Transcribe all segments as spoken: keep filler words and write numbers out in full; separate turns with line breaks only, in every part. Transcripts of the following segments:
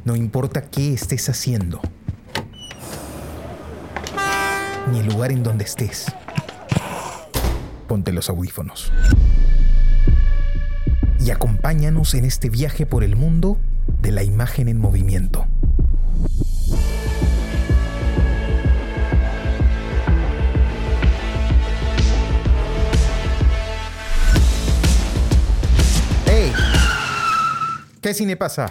No importa qué estés haciendo, ni el lugar en donde estés. Ponte los audífonos. Y acompáñanos en este viaje por el mundo de la imagen en movimiento. ¡Hey! ¿Qué cine pasa?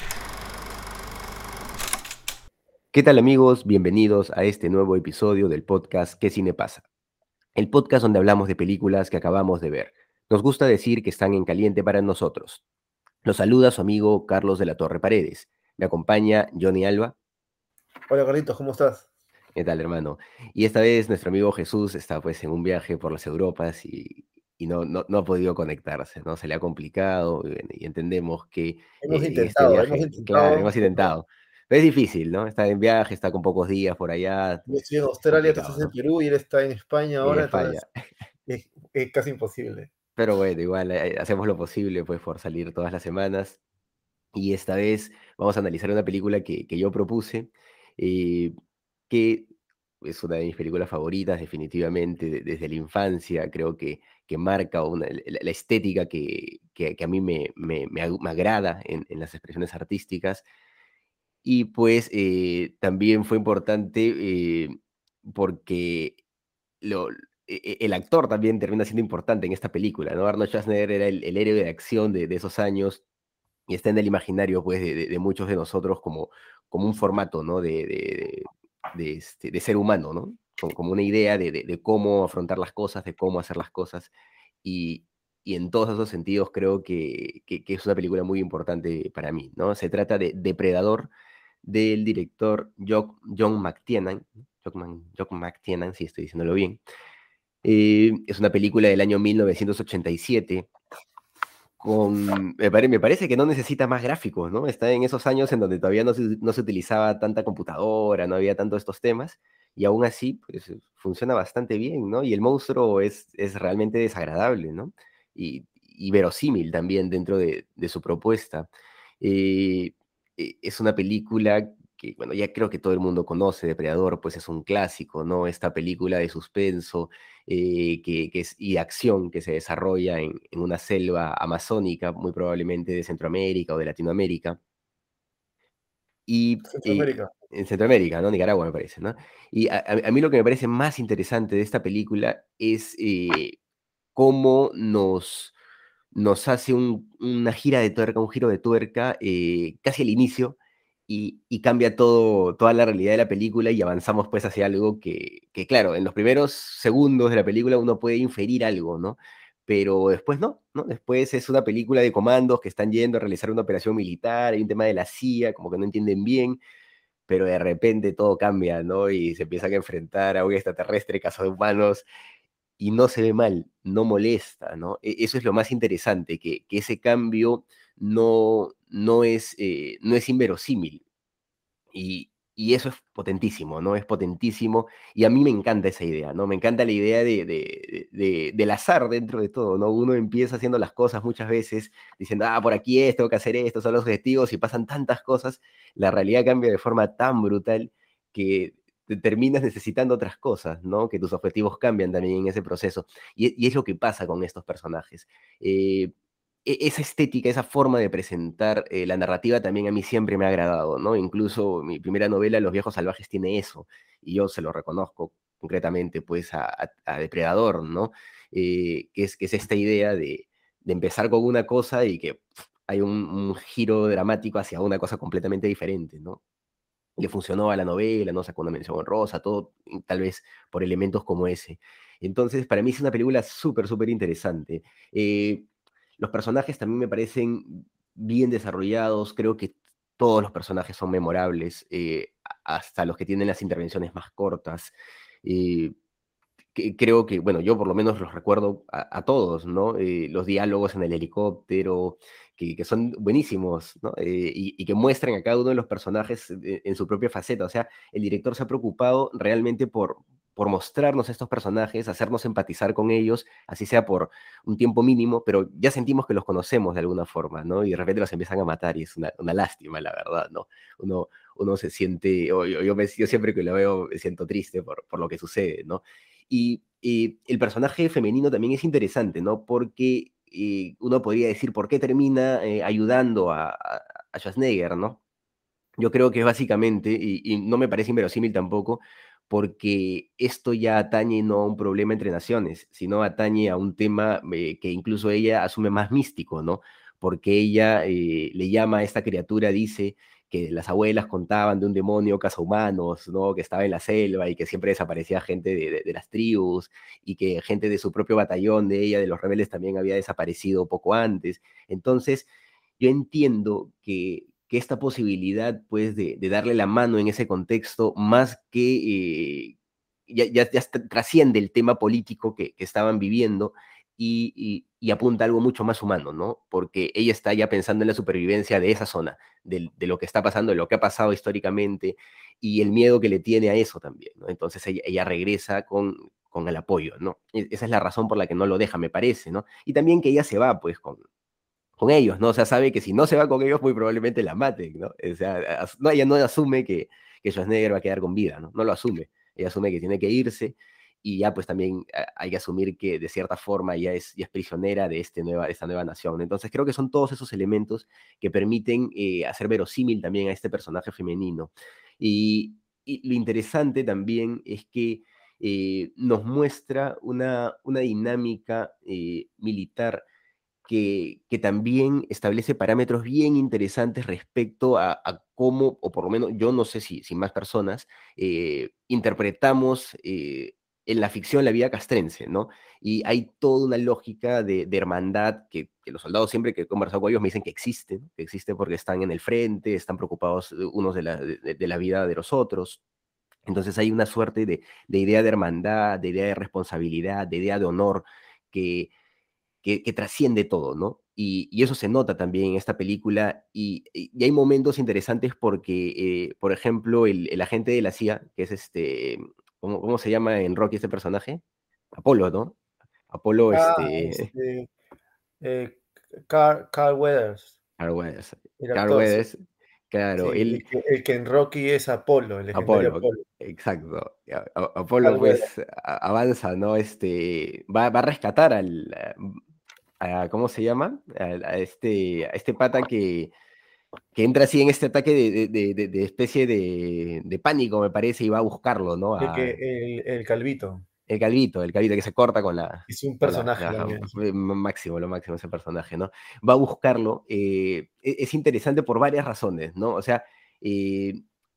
¿Qué tal, amigos? Bienvenidos a este nuevo episodio del podcast ¿Qué cine pasa? El podcast donde hablamos de películas que acabamos de ver. Nos gusta decir que están en caliente para nosotros. Los saluda su amigo Carlos de la Torre Paredes. Me acompaña Johnny Alba.
Hola Carlitos, ¿cómo estás?
¿Qué tal, hermano? Y esta vez nuestro amigo Jesús está pues en un viaje por las Europas y, y no, no, no ha podido conectarse, ¿no? Se le ha complicado y, bueno, y entendemos que eh,
Hemos
en este
intentado, hemos
viaje, claro,
intentado.
hemos intentado. Pero es difícil, ¿no? Está en viaje, está con pocos días por allá.
Yo estoy en
Es
Australia, tú
complicado,
estás en
¿no?
Perú y él está en España
En
ahora,
España.
entonces es, es casi imposible.
Pero bueno, igual eh, hacemos lo posible pues por salir todas las semanas. Y esta vez vamos a analizar una película que, que yo propuse, eh, que es una de mis películas favoritas definitivamente de- desde la infancia. Creo que, que marca una- la, la estética que, que- que a mí me, me- me ag- me agrada en, en las expresiones artísticas. Y pues eh, también fue importante eh, porque lo, e- e- el actor también termina siendo importante en esta película, ¿no? Arnold Schwarzenegger era el, el héroe de acción de, de esos años y está en el imaginario, pues, de, de- de muchos de nosotros como, como un formato, ¿no? De, de, de, este, de ser humano, ¿no? Como, como una idea de, de- de cómo afrontar las cosas, de cómo hacer las cosas. Y, y en todos esos sentidos creo que, que, que es una película muy importante para mí, ¿no? Se trata de Depredador, del director Jo- John McTiernan, ¿no? John, John McTiernan, si estoy diciéndolo bien. Eh, es una película del año mil novecientos ochenta y siete con, me, pare- me parece que no necesita más gráficos, ¿no? Está en esos años en donde todavía no se, no se utilizaba tanta computadora, no había tanto estos temas, y aún así, pues eh, funciona bastante bien, ¿no? Y el monstruo es, es realmente desagradable, ¿no? Y, y verosímil también dentro de, de su propuesta. Eh, eh, es una película que, bueno, ya creo que todo el mundo conoce, Depredador, pues es un clásico, ¿no? Esta película de suspenso eh, que, que es, y de acción que se desarrolla en, en una selva amazónica, muy probablemente de Centroamérica o de Latinoamérica, y eh,
Centroamérica.
en Centroamérica, ¿no? Nicaragua me parece, ¿no? Y a, a- a mí lo que me parece más interesante de esta película es eh, cómo nos, nos hace un- una gira de tuerca, un giro de tuerca eh, casi al inicio y, y cambia todo, toda la realidad de la película y avanzamos pues hacia algo que, que, claro, en los primeros segundos de la película uno puede inferir algo, ¿no? Pero después no, ¿no? Después es una película de comandos que están yendo a realizar una operación militar, hay un tema de la C I A, como que no entienden bien, pero de repente todo cambia, ¿no? Y se empiezan a enfrentar a un extraterrestre, humanos y no se ve mal, no molesta, ¿no? E- Eso es lo más interesante, que, que ese cambio no, no es, eh, no es inverosímil. Y, y eso es potentísimo, ¿no? Es potentísimo. Y a mí me encanta esa idea, ¿no? Me encanta la idea de, de- de- del azar dentro de todo, ¿no? Uno empieza haciendo las cosas muchas veces diciendo, ah, por aquí es, tengo que hacer esto, son los objetivos, y pasan tantas cosas, la realidad cambia de forma tan brutal que te terminas necesitando otras cosas, ¿no? Que tus objetivos cambian también en ese proceso. Y, y es lo que pasa con estos personajes. Eh, e- esa estética, esa forma de presentar eh, la narrativa también a mí siempre me ha agradado, ¿no? Incluso mi primera novela, Los viejos salvajes, tiene eso, y yo se lo reconozco concretamente, pues, a, a- a Depredador, ¿no? Eh, que es, que es esta idea de, de empezar con una cosa y que pf, hay un, un giro dramático hacia una cosa completamente diferente, ¿no? Le funcionó a la novela, no sacó una mención honrosa, todo y tal vez por elementos como ese. Entonces, para mí es una película súper, súper interesante. Eh, los personajes también me parecen bien desarrollados, creo que todos los personajes son memorables, eh, a- hasta los que tienen las intervenciones más cortas. Eh, que- creo que, bueno, yo por lo menos los recuerdo a, a todos, ¿no? Eh, los diálogos en el helicóptero, que, que son buenísimos, ¿no? Eh, y, y que muestran a cada uno de los personajes eh, en su propia faceta. O sea, el director se ha preocupado realmente por, por mostrarnos a estos personajes, hacernos empatizar con ellos, así sea por un tiempo mínimo, pero ya sentimos que los conocemos de alguna forma, ¿no? Y de repente los empiezan a matar y es una, una lástima, la verdad, ¿no? Uno, uno se siente, o yo, yo, me, yo siempre que lo veo me siento triste por, por lo que sucede, ¿no? Y, y el personaje femenino también es interesante, ¿no? Porque eh, uno podría decir, ¿por qué termina eh, ayudando a, a, a Schwarzenegger, ¿no? Yo creo que es básicamente, y, y no me parece inverosímil tampoco, porque esto ya atañe no a un problema entre naciones, sino atañe a un tema eh, que incluso ella asume más místico, ¿no? Porque ella eh, le llama a esta criatura, dice que las abuelas contaban de un demonio cazahumanos, ¿no? Que estaba en la selva y que siempre desaparecía gente de, de, de las tribus y que gente de su propio batallón de ella, de los rebeldes, también había desaparecido poco antes. Entonces, yo entiendo que, que esta posibilidad, pues, de, de, darle la mano en ese contexto, más que eh, ya, ya, ya trasciende el tema político que, que estaban viviendo y, y, y, apunta a algo mucho más humano, ¿no? Porque ella está ya pensando en la supervivencia de esa zona, de, de lo que está pasando, de lo que ha pasado históricamente y el miedo que le tiene a eso también, ¿no? Entonces ella, ella regresa con, con el apoyo, ¿no? Esa es la razón por la que no lo deja, me parece, ¿no? Y también que ella se va, pues, con, con ellos, ¿no? O sea, sabe que si no se va con ellos, muy probablemente la maten, ¿no? O sea, no, ella no asume que, que Schwarzenegger va a quedar con vida, ¿no? No lo asume. Ella asume que tiene que irse y ya pues también hay que asumir que de cierta forma ya es, ya es prisionera de, este nueva, de esta nueva nación. Entonces creo que son todos esos elementos que permiten eh, hacer verosímil también a este personaje femenino. Y, y lo interesante también es que eh, nos muestra una, una dinámica eh, militar que, que también establece parámetros bien interesantes respecto a, a cómo, o por lo menos yo no sé si, si más personas, eh, interpretamos eh, en la ficción la vida castrense, ¿no? Y hay toda una lógica de, de hermandad que, que los soldados siempre que he conversado con ellos me dicen que existe, ¿no? Que existe porque están en el frente, están preocupados unos de la, de, de la vida de los otros. Entonces hay una suerte de, de idea de hermandad, de idea de responsabilidad, de idea de honor que que, que trasciende todo, ¿no? Y, y, eso se nota también en esta película y, y hay momentos interesantes porque, eh, por ejemplo, el, el, agente de la C I A, que es este, ¿cómo, cómo se llama en Rocky este personaje? Apolo, ¿no? Apolo,
Ah,
este...
este eh, Carl, Carl Weathers,
Carl Weathers,
el
Carl
actor, sí.
Weathers, claro,
Sí,
él...
el que, el que en Rocky es Apolo, el legendario
Apolo,
Apolo.
exacto. A, a, Apolo,
Carl Weathers.
pues, a, avanza, ¿no? Este, va, va a rescatar al... A, a, ¿cómo se llama? A, a, este, a este pata que que entra así en este ataque de, de, de, de especie de, de, pánico, me parece, y va a buscarlo, ¿no?
El, que,
A,
el, el Calvito.
el calvito, el calvito que se corta con la...
Es un
Con la,
personaje
la
también. Sí.
máximo, lo máximo ese personaje, ¿no? Va a buscarlo. Eh, es interesante por varias razones, ¿no? O sea, eh,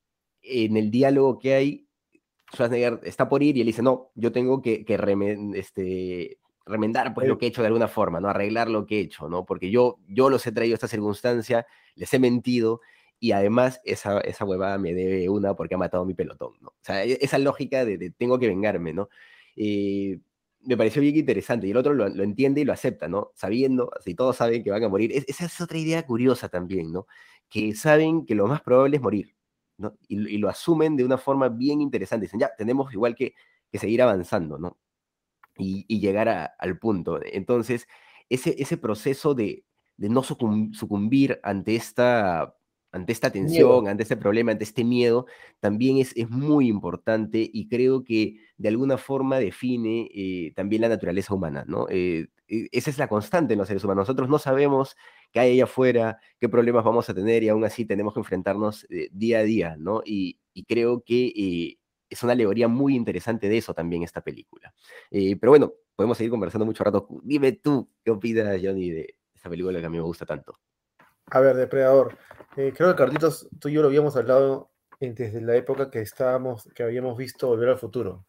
en el diálogo que hay, Schwarzenegger está por ir y él dice, no, yo tengo que, que remen, este, remendar pues
El,
lo que he hecho de alguna forma, ¿no? Arreglar lo que he hecho, ¿no? Porque yo, yo los he traído a esta circunstancia, les he mentido y además esa, esa huevada me debe una porque ha matado a mi pelotón, ¿no? O sea, esa lógica de, de tengo que vengarme, ¿no? Eh, me pareció bien interesante y el otro lo, lo, entiende y lo acepta, ¿no? Sabiendo, si todos saben que van a morir, es, esa es otra idea curiosa también, ¿no? Que saben que lo más probable es morir, ¿no? Y, y, lo asumen de una forma bien interesante. Dicen, ya, tenemos igual que, que seguir avanzando, ¿no? Y, y llegar a, al punto. Entonces, ese, ese proceso de, de no sucum, sucumbir ante esta, ante esta tensión,
miedo.
ante este problema, ante este miedo, también es, es muy importante y creo que de alguna forma define eh, también la naturaleza humana, ¿no? Eh, esa es la constante en los seres humanos. Nosotros no sabemos qué hay allá afuera, qué problemas vamos a tener y aún así tenemos que enfrentarnos eh, día a día, ¿no? Y, y creo que eh, es una alegoría muy interesante de eso también esta película. Eh, pero bueno, podemos seguir conversando mucho rato. Dime tú, ¿qué opinas, Johnny, de esta película que a mí me gusta tanto?
A ver, Depredador. Eh, creo que Carlitos, tú y yo lo habíamos hablado en, desde la época que estábamos, que habíamos visto Volver al Futuro.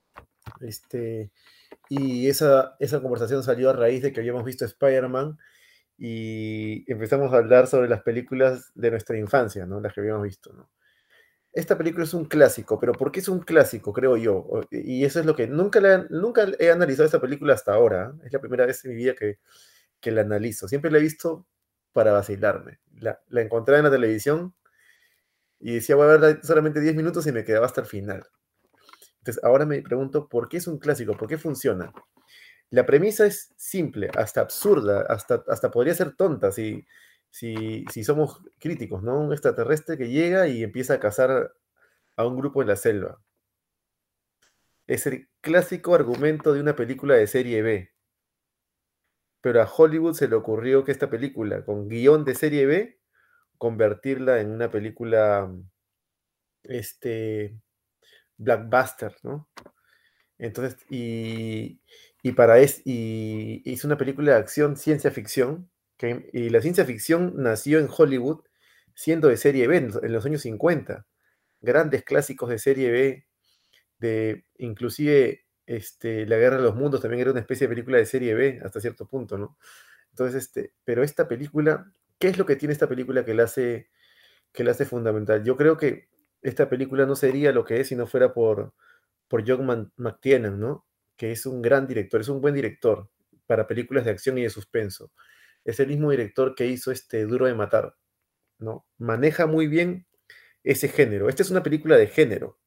Este, y esa, esa conversación salió a raíz de que habíamos visto Spider-Man y empezamos a hablar sobre las películas de nuestra infancia, ¿no? Las que habíamos visto, ¿no? Esta película es un clásico, pero ¿por qué es un clásico, creo yo? Y eso es lo que nunca, la, nunca he analizado esta película hasta ahora. Es la primera vez en mi vida que, que la analizo. Siempre la he visto para vacilarme. La, la encontré en la televisión y decía, voy a verla solamente diez minutos y me quedaba hasta el final. Entonces, ahora me pregunto, ¿por qué es un clásico? ¿Por qué funciona? La premisa es simple, hasta absurda, hasta, hasta podría ser tonta si, si, si somos críticos, ¿no? Un extraterrestre que llega y empieza a cazar a un grupo en la selva. Es el clásico argumento de una película de serie B. Pero a Hollywood se le ocurrió que esta película, con guión de serie B, convertirla en una película, este, blockbuster, ¿no? Entonces, y, y para es, y hizo una película de acción, ciencia ficción, que, y la ciencia ficción nació en Hollywood siendo de serie B en los, en los años cincuenta. Grandes clásicos de serie B, de inclusive este, La Guerra de los Mundos también era una especie de película de serie B hasta cierto punto, ¿no? Entonces, este, pero esta película, ¿qué es lo que tiene esta película que la hace, que la hace fundamental? Yo creo que esta película no sería lo que es si no fuera por, por John Man- McTiernan, ¿no? Que es un gran director, es un buen director para películas de acción y de suspenso. Es el mismo director que hizo este Duro de Matar, ¿no? Maneja muy bien ese género. Esta es una película de género.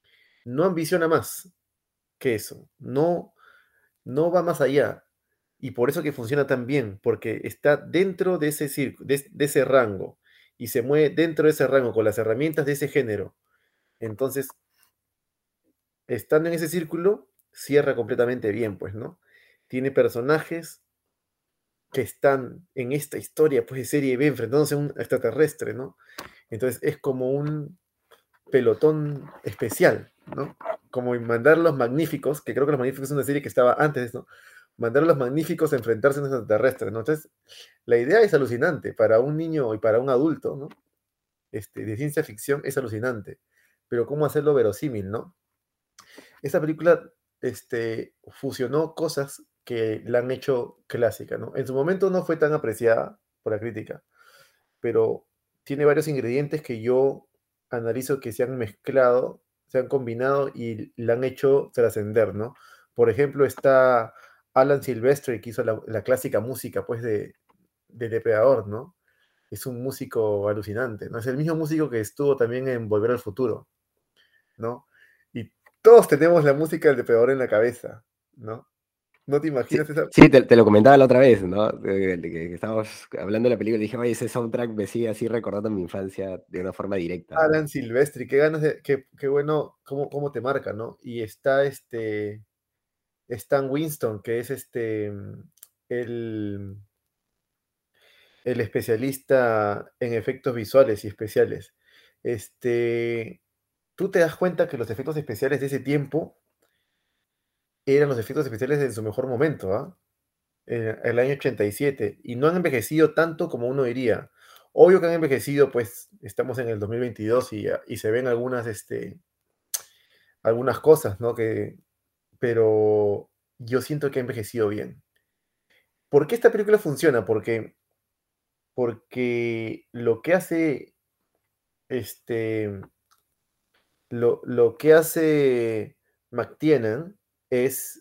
No ambiciona más que eso. No, no va más allá. Y por eso que funciona tan bien, porque está dentro de ese circo, de, de ese rango, y se mueve dentro de ese rango con las herramientas de ese género. Entonces, estando en ese círculo, cierra completamente bien, pues, ¿no? Tiene personajes que están en esta historia, pues, de serie B, enfrentándose a un extraterrestre, ¿no? Entonces, es como un pelotón especial, ¿no? Como en Mandar los Magníficos, que creo que los Magníficos es una serie que estaba antes de eso, Mandar a los Magníficos a enfrentarse a un extraterrestre, ¿no? Entonces, la idea es alucinante para un niño y para un adulto, ¿no? Este, de ciencia ficción es alucinante, pero ¿cómo hacerlo verosímil, ¿no? Esta película este, fusionó cosas que la han hecho clásica, ¿no? En su momento no fue tan apreciada por la crítica, pero tiene varios ingredientes que yo analizo que se han mezclado, se han combinado y la han hecho trascender, ¿no? Por ejemplo, está Alan Silvestri, que hizo la, la clásica música, pues, de, de Depredador, ¿no? Es un músico alucinante, ¿no? Es el mismo músico que estuvo también en Volver al Futuro, ¿no? Y todos tenemos la música del Depredador en la cabeza, ¿no? ¿No te
Sí,
imaginas esa?
sí, te, te lo comentaba la otra vez, ¿no? De, de que, que estábamos hablando de la película y dije, oye, ese soundtrack me sigue así recordando mi infancia de una forma directa, ¿no?
Alan Silvestri, qué ganas de, qué, qué bueno, cómo, cómo te marca, ¿no? Y está este Stan Winston, que es este el, el especialista en efectos visuales y especiales. Este, tú te das cuenta que los efectos especiales de ese tiempo eran los efectos especiales en su mejor momento, ¿ah? En el año ochenta y siete, y no han envejecido tanto como uno diría. Obvio que han envejecido, pues estamos en el dos mil veintidós y, y se ven algunas, este, algunas cosas, ¿no? Que, pero yo siento que ha envejecido bien. ¿Por qué esta película funciona? Porque, porque lo que hace, este, lo, lo que hace McTiernan es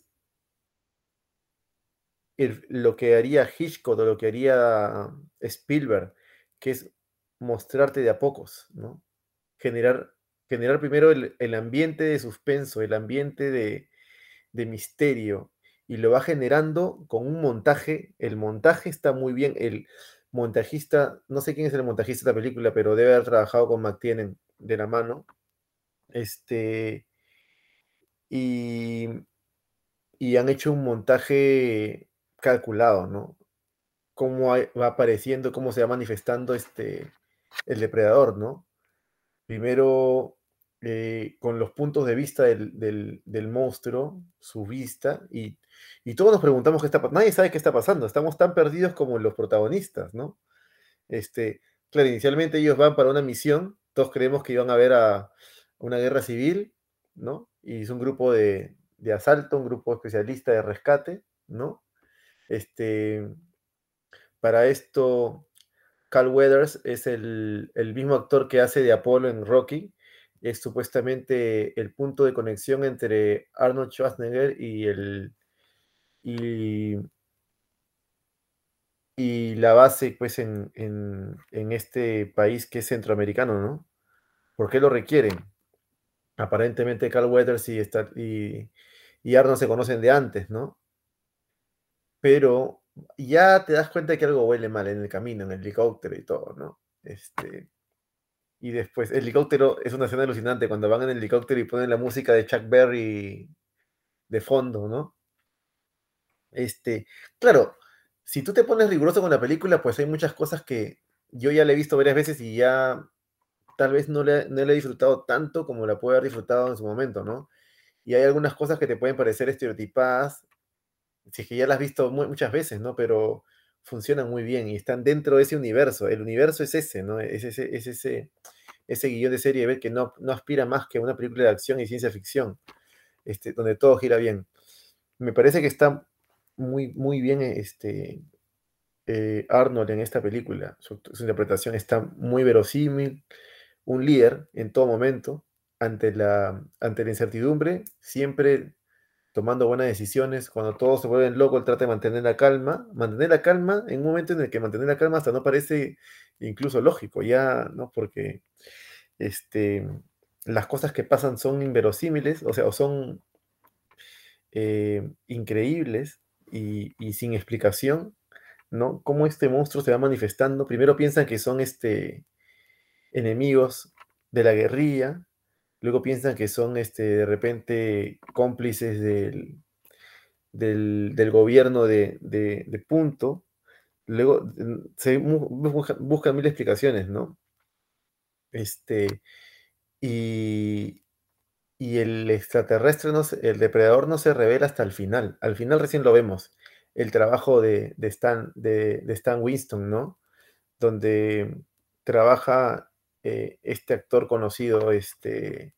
el- lo que haría Hitchcock o lo que haría Spielberg, que es mostrarte de a pocos, ¿no? Generar, generar primero el, el ambiente de suspenso, el ambiente de, de misterio, y lo va generando con un montaje. El montaje está muy bien. El montajista, no sé quién es el montajista de la película, pero debe haber trabajado con McTiernan de la mano. Este, y, y han hecho un montaje calculado, ¿no? Cómo hay- va apareciendo, cómo se va manifestando este, el depredador, ¿no? Primero, eh, con los puntos de vista del, del- del monstruo, su vista, y, y todos nos preguntamos qué está pasando. Nadie sabe qué está pasando, estamos tan perdidos como los protagonistas, ¿no? Este, claro, inicialmente ellos van para una misión, todos creemos que iban a ver a una guerra civil, ¿no? Y es un grupo de, de asalto, un grupo especialista de rescate, ¿no? Este, para esto Carl Weathers es el, el mismo actor que hace de Apolo en Rocky. Es supuestamente el punto de conexión entre Arnold Schwarzenegger y, el, y, y la base pues, en, en, en este país que es centroamericano, ¿no? ¿Por qué lo requieren? aparentemente Carl Weathers y, Star- y, y Arnold se conocen de antes, ¿no? Pero ya te das cuenta que algo huele mal en el camino, en el helicóptero y todo, ¿no? Este, y después, el helicóptero es una escena alucinante cuando van en el helicóptero y ponen la música de Chuck Berry de fondo, ¿no? Este, claro, si tú te pones riguroso con la película, pues hay muchas cosas que yo ya la he visto varias veces y ya tal vez no le, no la he disfrutado tanto como la pude haber disfrutado en su momento, ¿no? Y hay algunas cosas que te pueden parecer estereotipadas, si es que ya las has visto mu- muchas veces, ¿no? Pero funcionan muy bien y están dentro de ese universo. El universo es ese, ¿no? Es ese, es ese, ese guión de serie B que no, no aspira más que a una película de acción y ciencia ficción, este, donde todo gira bien. Me parece que está muy, muy bien este, eh, Arnold en esta película. Su, su interpretación está muy verosímil, un líder en todo momento, ante la, ante la incertidumbre, siempre tomando buenas decisiones. Cuando todos se vuelven locos, él trata de mantener la calma, mantener la calma en un momento en el que mantener la calma hasta no parece incluso lógico, ya, ¿no? Porque este, las cosas que pasan son inverosímiles, o sea, o son eh, increíbles y, y sin explicación, ¿no? Cómo este monstruo se va manifestando. Primero piensan que son este, enemigos de la guerrilla, luego piensan que son este, de repente cómplices del, del, del gobierno de, de- de Punto. Luego mm, se mu- busca- buscan mil explicaciones, ¿no? Este, y, y el extraterrestre, no se- el depredador no se revela hasta el final. Al final recién lo vemos. El trabajo de, de Stan, de, de Stan Winston, ¿no? Donde trabaja eh, este actor conocido, este,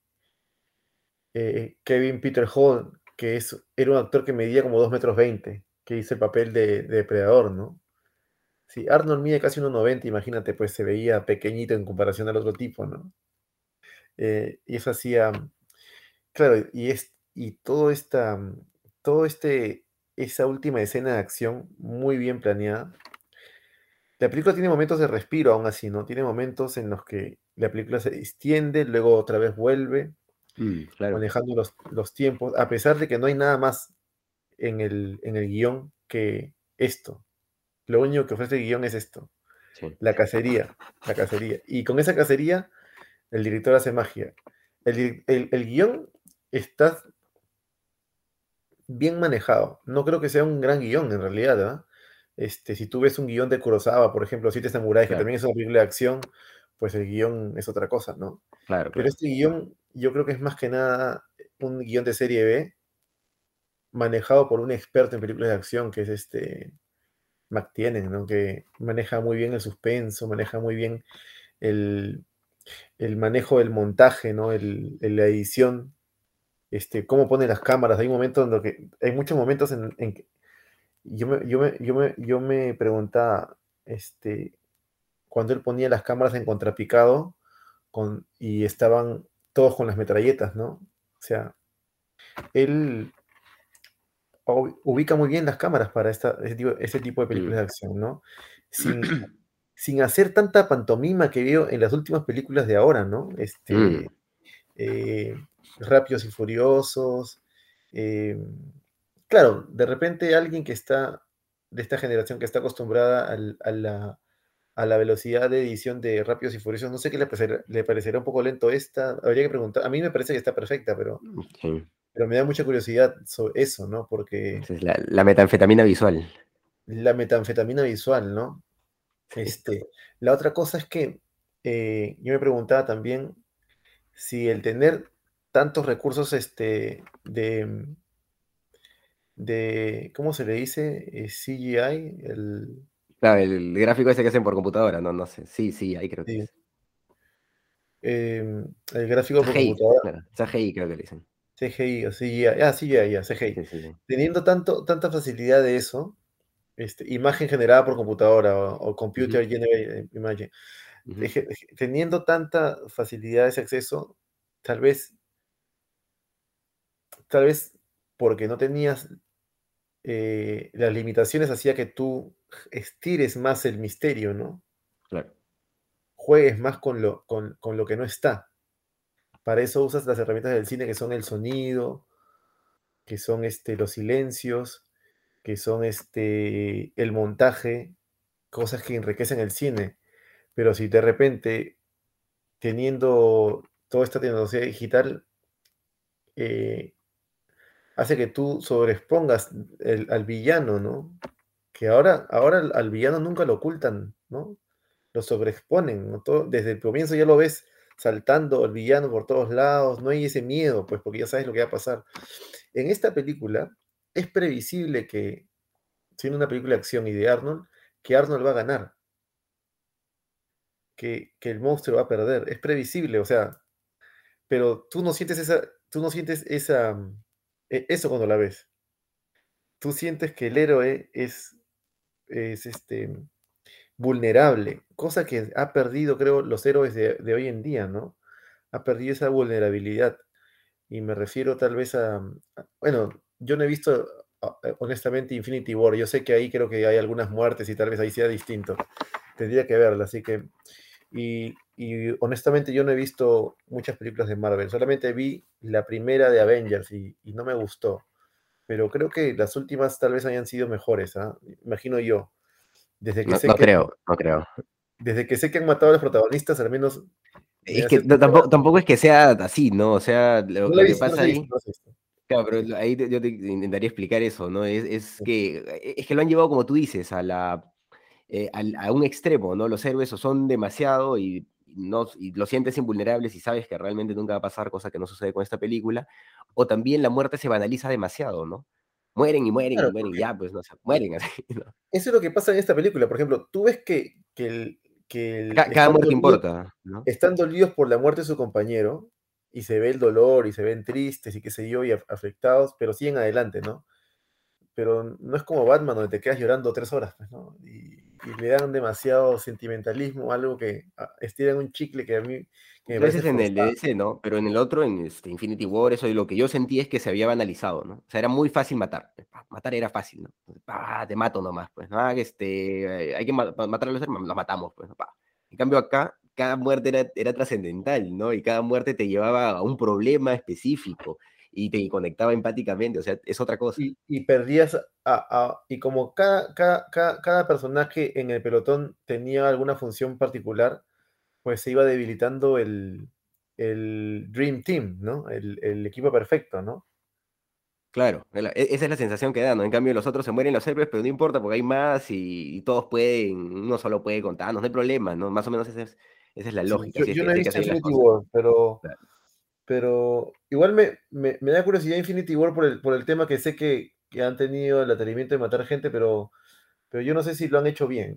eh, Kevin Peter Hall, que es, era un actor que medía como dos metros veinte, que hizo el papel de, de depredador, ¿no? Sí, Arnold mide casi uno noventa, imagínate, pues se veía pequeñito en comparación al otro tipo, ¿no? Eh, y eso hacía, claro, y es, y todo esta, todo este, esa última escena de acción muy bien planeada. La película tiene momentos de respiro aún así, ¿no? Tiene momentos en los que la película se extiende, luego otra vez vuelve,
Mm, claro,
manejando los, los tiempos, a pesar de que no hay nada más en el, en el guión que esto. Lo único que ofrece el guión es esto,
sí.
la cacería, la cacería. Y con esa cacería el director hace magia. El, di- el, el guión está bien manejado. No creo que sea un gran guión en realidad, ¿ah? Este, si tú ves un guión de Kurosawa, por ejemplo, Siete Samuráis, que
Claro,
también es una película de acción, pues el guión es otra cosa, ¿no?
claro,
Pero
claro.
este guión yo creo que es más que nada un guión de serie B manejado por un experto en películas de acción, que es este McTiernan, ¿no? Que maneja muy bien el suspenso, maneja muy bien el, el manejo del montaje, ¿no? El, el- la edición, este, cómo pone las cámaras. Hay momentos en los que, hay muchos momentos en, en que yo me, yo me, yo me, yo me preguntaba, este, cuando él ponía las cámaras en contrapicado con, y estaban todos con las metralletas, ¿no? O sea, él u- ubica muy bien las cámaras para esta, ese tipo, ese tipo de
Mm.
películas de acción, ¿no? Sin, sin hacer tanta pantomima que veo en las últimas películas de ahora, ¿no?
Mm,
Este, eh, Rápidos y Furiosos. eh, claro, de repente alguien que está de esta generación que está acostumbrada al- a la, a la velocidad de edición de Rápidos y Furiosos, no sé qué le parecerá, le parecerá un poco lento esta. Habría que preguntar. A mí me parece que está perfecta, pero,
sí.
pero me da mucha curiosidad sobre eso, ¿no? Porque
Esa es la, la metanfetamina visual.
la metanfetamina visual, ¿no?
Sí.
Este, la otra cosa es que eh, yo me preguntaba también si el tener tantos recursos este, de, de, ¿cómo se le dice? Eh, C G I, el,
Claro, el gráfico ese que hacen por computadora, no, no sé. Sí, sí, ahí creo que
sí,
es.
em, el gráfico por
C G I,
computadora,
claro, C G I creo que le dicen.
C G I o C G I, ah, C G I, ya, C G I.
Sí, sí, sí.
Teniendo tanto, tanta facilidad de eso, este, imagen generada por computadora o, o
Ujú,
computer generated image,
ujú,
eje- eje- teniendo tanta facilidad de ese acceso, tal vez, tal vez porque no tenías eh, las limitaciones hacía que tú estires más el misterio, ¿no?
claro.
Juegues más con lo, con, con lo que no está, Para eso usas las herramientas del cine que son el sonido, que son este, los silencios, que son este, el montaje, cosas que enriquecen el cine. Pero si de repente, teniendo toda esta tecnología digital, eh, hace que tú sobreexpongas el- al villano, ¿no? Que ahora, ahora al, al villano nunca lo ocultan, ¿no? Lo sobreexponen, ¿no? Todo- desde el comienzo ya lo ves saltando el villano por todos lados, no hay ese miedo, pues porque ya sabes lo que va a pasar. En esta película es previsible que, siendo una película de acción y de Arnold, que Arnold va a ganar, que, que el monstruo va a perder, es previsible, o sea, pero tú no sientes esa, tú no sientes esa, mm, e- eso cuando la ves. Tú sientes que el héroe es, es este, vulnerable, cosa que ha perdido, creo, los héroes de, de hoy en día, ¿no? Ha perdido esa vulnerabilidad. Y me refiero tal vez a, a- bueno, yo no he visto a- a- honestamente Infinity War. Yo sé que ahí creo que hay algunas muertes y tal vez ahí sea distinto. Tendría que verla, así que, y, y honestamente yo no he visto muchas películas de Marvel, solamente vi la primera de Avengers y, y no me gustó, pero creo que las últimas tal vez hayan sido mejores, ¿ah? Imagino yo. Desde que
No,
sé
no
que,
creo, no creo.
desde que sé que han matado a los protagonistas, al menos me
Es
hace
que no,
mucho
tampoco,
mal.
tampoco es que sea así, ¿no? O sea, lo,
No la he
lo que
visto, no
pasa
las he visto,
ahí,
no las he visto.
claro, pero
Sí,
lo- ahí te- yo te intentaría explicar eso, ¿no? Es, es
sí.
que, e, es que lo han llevado, como tú dices, a la, eh, al- a un extremo, ¿no? Los héroes o son demasiado y, no, y los sientes invulnerables y sabes que realmente nunca va a pasar, cosa que no sucede con esta película, o también la muerte se banaliza demasiado, ¿no? Mueren y mueren y
Claro,
mueren y
porque
ya, pues, no sé, mueren así, ¿no?
eso es lo que pasa en esta película. Por ejemplo, tú ves que, que, el, que el-
Ca- cada
están
muerte
dolidos,
importa, ¿no?
están dolidos por la muerte de su compañero y se ve el dolor y se ven tristes y qué sé yo y af- afectados, pero siguen adelante, ¿no? Pero no es como Batman donde te quedas llorando tres horas, pues, ¿no? Y, y le dan demasiado sentimentalismo, algo que ah, estiran un chicle que a mí que me
Pero ese
parece
es en el de
forzado.
D C, ¿no? Pero en el otro, en este Infinity War, eso y lo que yo sentí es que se había banalizado, ¿no? O sea, era muy fácil matar. Pa, Matar era fácil, ¿no? Entonces, pa, te mato nomás, pues, ¿no? Ah, que este, eh, hay que ma- pa- matar a los hermanos, los matamos, pues, ¿no? Pa. En cambio acá, cada muerte era, era trascendental, ¿no? Y cada muerte te llevaba a un problema específico y te conectaba empáticamente, o sea, es otra cosa.
Y, y perdías a, a- y como cada, cada, cada, cada personaje en el pelotón tenía alguna función particular, pues se iba debilitando el, el Dream Team, ¿no? El, el equipo perfecto, ¿no?
Claro, es la- e- esa es la sensación que da, ¿no? En cambio, los otros se mueren los héroes, pero no importa porque hay más y, y todos pueden, uno solo puede contarnos, no hay problema, ¿no? Más o menos esa es, esa es la
Sí,
lógica,
yo,
así es
yo
que,
no he
así es que
visto
hacen las
Infinity
cosas.
War, pero,
Claro.
pero igual me, me, me da curiosidad Infinity War por el, por el tema que sé que, que han tenido el atrevimiento de matar gente, pero, pero yo no sé si lo han hecho bien.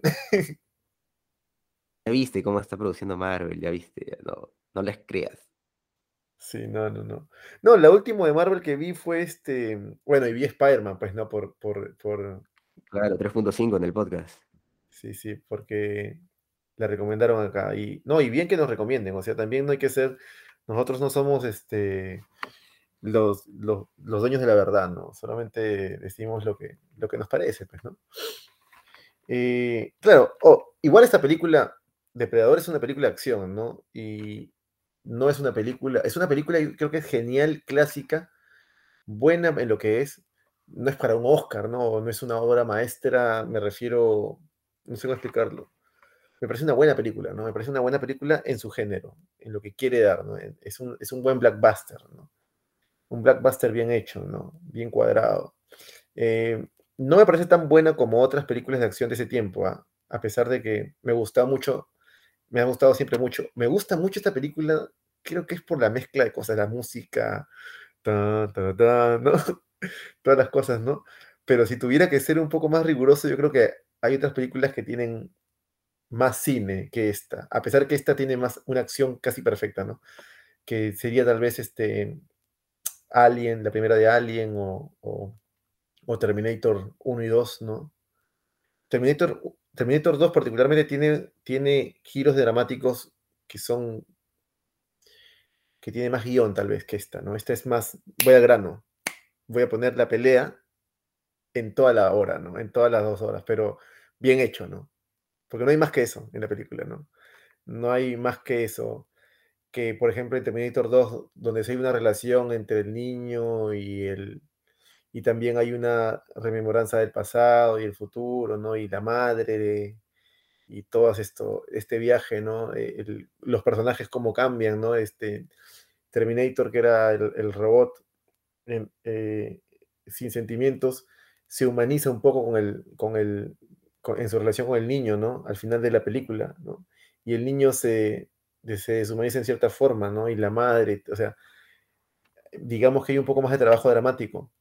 Ya viste cómo está produciendo Marvel, ya viste, ya no, no les creas.
Sí, no, no, no. No, la última de Marvel que vi fue este, bueno, y vi Spider-Man, pues, ¿no? Por, por, por,
Claro, tres punto cinco en el podcast.
sí, sí, porque la recomendaron acá. Y, no, y bien que nos recomienden, o sea, también no hay que ser, nosotros no somos este, los, los, los dueños de la verdad, ¿no? Solamente decimos lo que, lo que nos parece, pues, ¿no? Eh, claro, oh, igual esta película, Depredador es una película de acción, ¿no? Y no es una película, es una película que creo que es genial, clásica, buena en lo que es. No es para un Oscar, ¿no? No es una obra maestra, me refiero, no sé cómo explicarlo. Me parece una buena película, ¿no? Me parece una buena película en su género, en lo que quiere dar, ¿no? Es un, es un buen blockbuster, ¿no? Un blockbuster bien hecho, ¿no? Bien cuadrado. Eh, no me parece tan buena como otras películas de acción de ese tiempo, ¿ah? A pesar de que me gustaba mucho, me ha gustado siempre mucho. Me gusta mucho esta película, creo que es por la mezcla de cosas, la música, ta, ta, ta, ¿no? Todas las cosas, ¿no? Pero si tuviera que ser un poco más riguroso, yo creo que hay otras películas que tienen más cine que esta, a pesar que esta tiene más una acción casi perfecta, ¿no? Que sería tal vez este Alien, la primera de Alien o, o- o Terminator uno y dos, ¿no? Terminator, Terminator dos particularmente tiene, tiene giros dramáticos que son, que tiene más guión tal vez que esta, ¿no? Esta es más, voy al grano, voy a poner la pelea en toda la hora, ¿no? En todas las dos horas, pero bien hecho, ¿no? Porque no hay más que eso en la película, ¿no? No hay más que eso. que, por ejemplo, en Terminator dos, donde sí hay una relación entre el niño y el, y también hay una rememoranza del pasado y el futuro, ¿no? Y la madre de- y todo esto, este viaje, ¿no? Eh, el- los personajes cómo cambian, ¿no? Este Terminator, que era el, el robot en- eh, sin sentimientos, se humaniza un poco con el, con el, con- en su relación con el niño, ¿no? Al final de la película, ¿no? Y el niño se, de- se deshumaniza en cierta forma, ¿no? Y la madre, o sea, digamos que hay un poco más de trabajo dramático.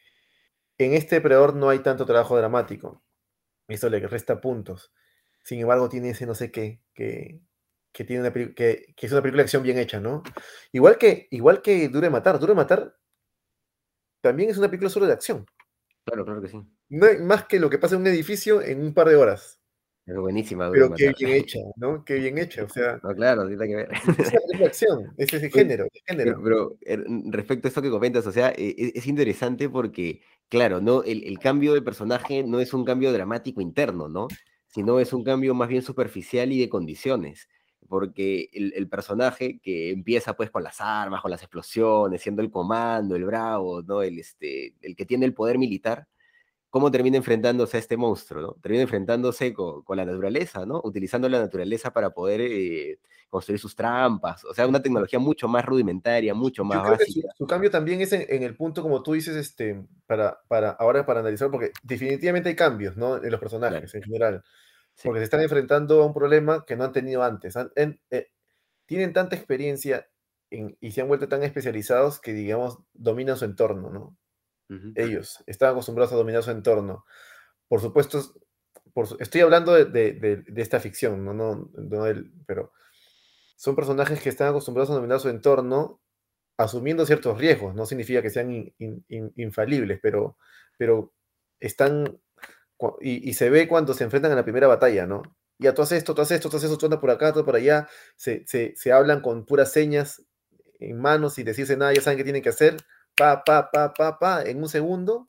En este Depredador no hay tanto trabajo dramático. Eso le resta puntos. Sin embargo, tiene ese no sé qué, que, que tiene una peli- que, que es una película de acción bien hecha, ¿no? Igual que, igual que Duro de Matar. Duro de Matar también es una película solo de acción.
Claro, claro que sí.
No hay más que lo que pasa en un edificio en un par de horas.
Es buenísima, Duro de
Pero qué
Matar.
bien hecha, ¿no? Qué bien hecha. O sea,
No, claro, tiene que ver.
es una película de acción. Es ese
Oye,
género, ese
pero,
género.
pero, eh, respecto a esto que comentas, o sea, e- e- es interesante porque, claro, ¿no? El, el cambio de personaje no es un cambio dramático interno, ¿no? Sino es un cambio más bien superficial y de condiciones. Porque el, el personaje que empieza pues con las armas, con las explosiones, siendo el comando, el bravo, ¿no? El, este, el que tiene el poder militar, cómo termina enfrentándose a este monstruo, ¿no? Termina enfrentándose con, con la naturaleza, ¿no? Utilizando la naturaleza para poder eh, construir sus trampas, o sea, una tecnología mucho más rudimentaria, mucho
Yo
más
creo que su,
básica.
su cambio también es en, en el punto, como tú dices, este, para, para ahora para analizar, porque definitivamente hay cambios, ¿no? En los
Claro,
personajes en general,
sí,
porque se están enfrentando a un problema que no han tenido antes. Han- en- eh, tienen tanta experiencia en- y se han vuelto tan especializados que, digamos, dominan su entorno, ¿no?
ujú,
Ellos están acostumbrados a dominar su entorno. Por supuesto, es- por su- estoy hablando de, de- de- de esta ficción, ¿no? No, no del- pero son personajes que están acostumbrados a dominar su entorno asumiendo ciertos riesgos. No significa que sean in- in- in- infalibles, pero, pero están, cua- y, y se ve cuando se enfrentan en la primera batalla, ¿no? Ya tú haces esto, tú haces esto, tú haces esto, tú andas por acá, tú por allá, se, se, se hablan con puras señas en manos y decirse nada, ya saben qué tienen que hacer, pa, pa, pa, pa, pa, en un segundo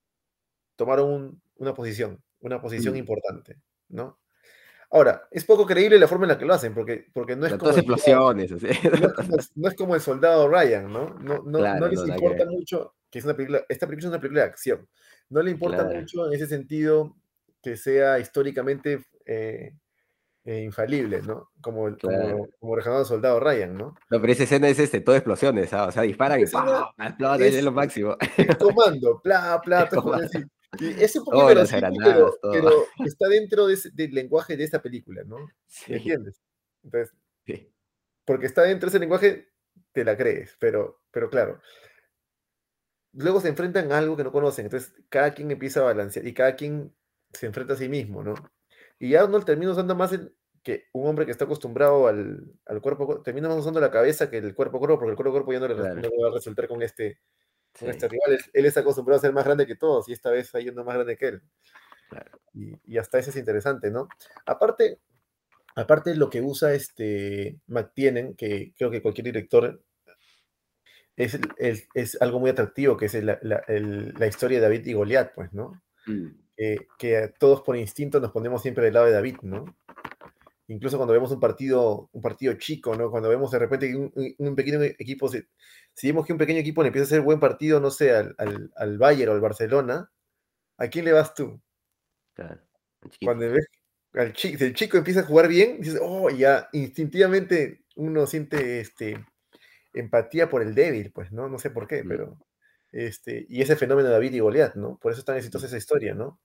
tomaron un- una posición, una posición
mm.
importante, ¿no? Ahora, es poco creíble la forma en la que lo hacen, porque, porque no es
Claro,
como
todas
el soldado,
explosiones, así.
no es como el, no es como el soldado Ryan, ¿no? No, no, no
Claro,
les
no, nada que
importa
ver.
mucho, que es una película, esta película es una película de acción, no le importa
Claro.
mucho en ese sentido que sea históricamente eh, eh, infalible, ¿no? Como, el-
Claro.
como, como Rejanado Soldado Ryan, ¿no?
No, pero esa escena es este, todo explosiones, ¿ah? O sea, disparan
Esta
y
escena
¡pam! Explota, es
es,
lo máximo.
es comando, bla, bla,
Es
todo
como,
es decir, y es un poco
oh, las
inverosímil, pero,
granadas, todo.
pero está dentro de ese- del lenguaje de esta película, ¿no? ¿Me
Sí,
entiendes? Entonces,
sí.
porque está dentro de ese lenguaje, te la crees, pero, pero claro, luego se enfrentan a algo que no conocen, entonces cada quien empieza a balancear y cada quien se enfrenta a sí mismo, ¿no? Y Arnold termina usando más el, que un hombre que está acostumbrado al, al cuerpo, a cuerpo, termina más usando la cabeza que el cuerpo a cuerpo, porque el cuerpo a cuerpo ya no le, res- no
Claro,
le va a resultar con este, con este
sí,
rival. Él, él está acostumbrado a ser más grande que todos y esta vez hay uno más grande que él.
claro.
Y, y hasta eso es interesante, ¿no? Aparte, aparte lo que usa este McTiernan, que creo que cualquier director es, el- es, es algo muy atractivo, que es el- la, el- la historia de David y Goliat, pues, ¿no?
Mm,
Que, que todos por instinto nos ponemos siempre del lado de David, ¿no? Incluso cuando vemos un partido, un partido chico, ¿no? Cuando vemos de repente que un, un- un pequeño equipo, se- si vemos que un pequeño equipo le empieza a hacer buen partido, no sé, al, al, al Bayern o al Barcelona, ¿a quién le vas tú?
claro. Son
Cuando
chiquitos.
ves al chico, si el chico empieza a jugar bien, dices, oh, ya instintivamente uno siente este, empatía por el débil, pues, ¿no? No sé por qué,
Mm,
pero, este, y ese fenómeno de David y Goliat, ¿no? Por eso es tan exitosa
mm.
esa historia, ¿no?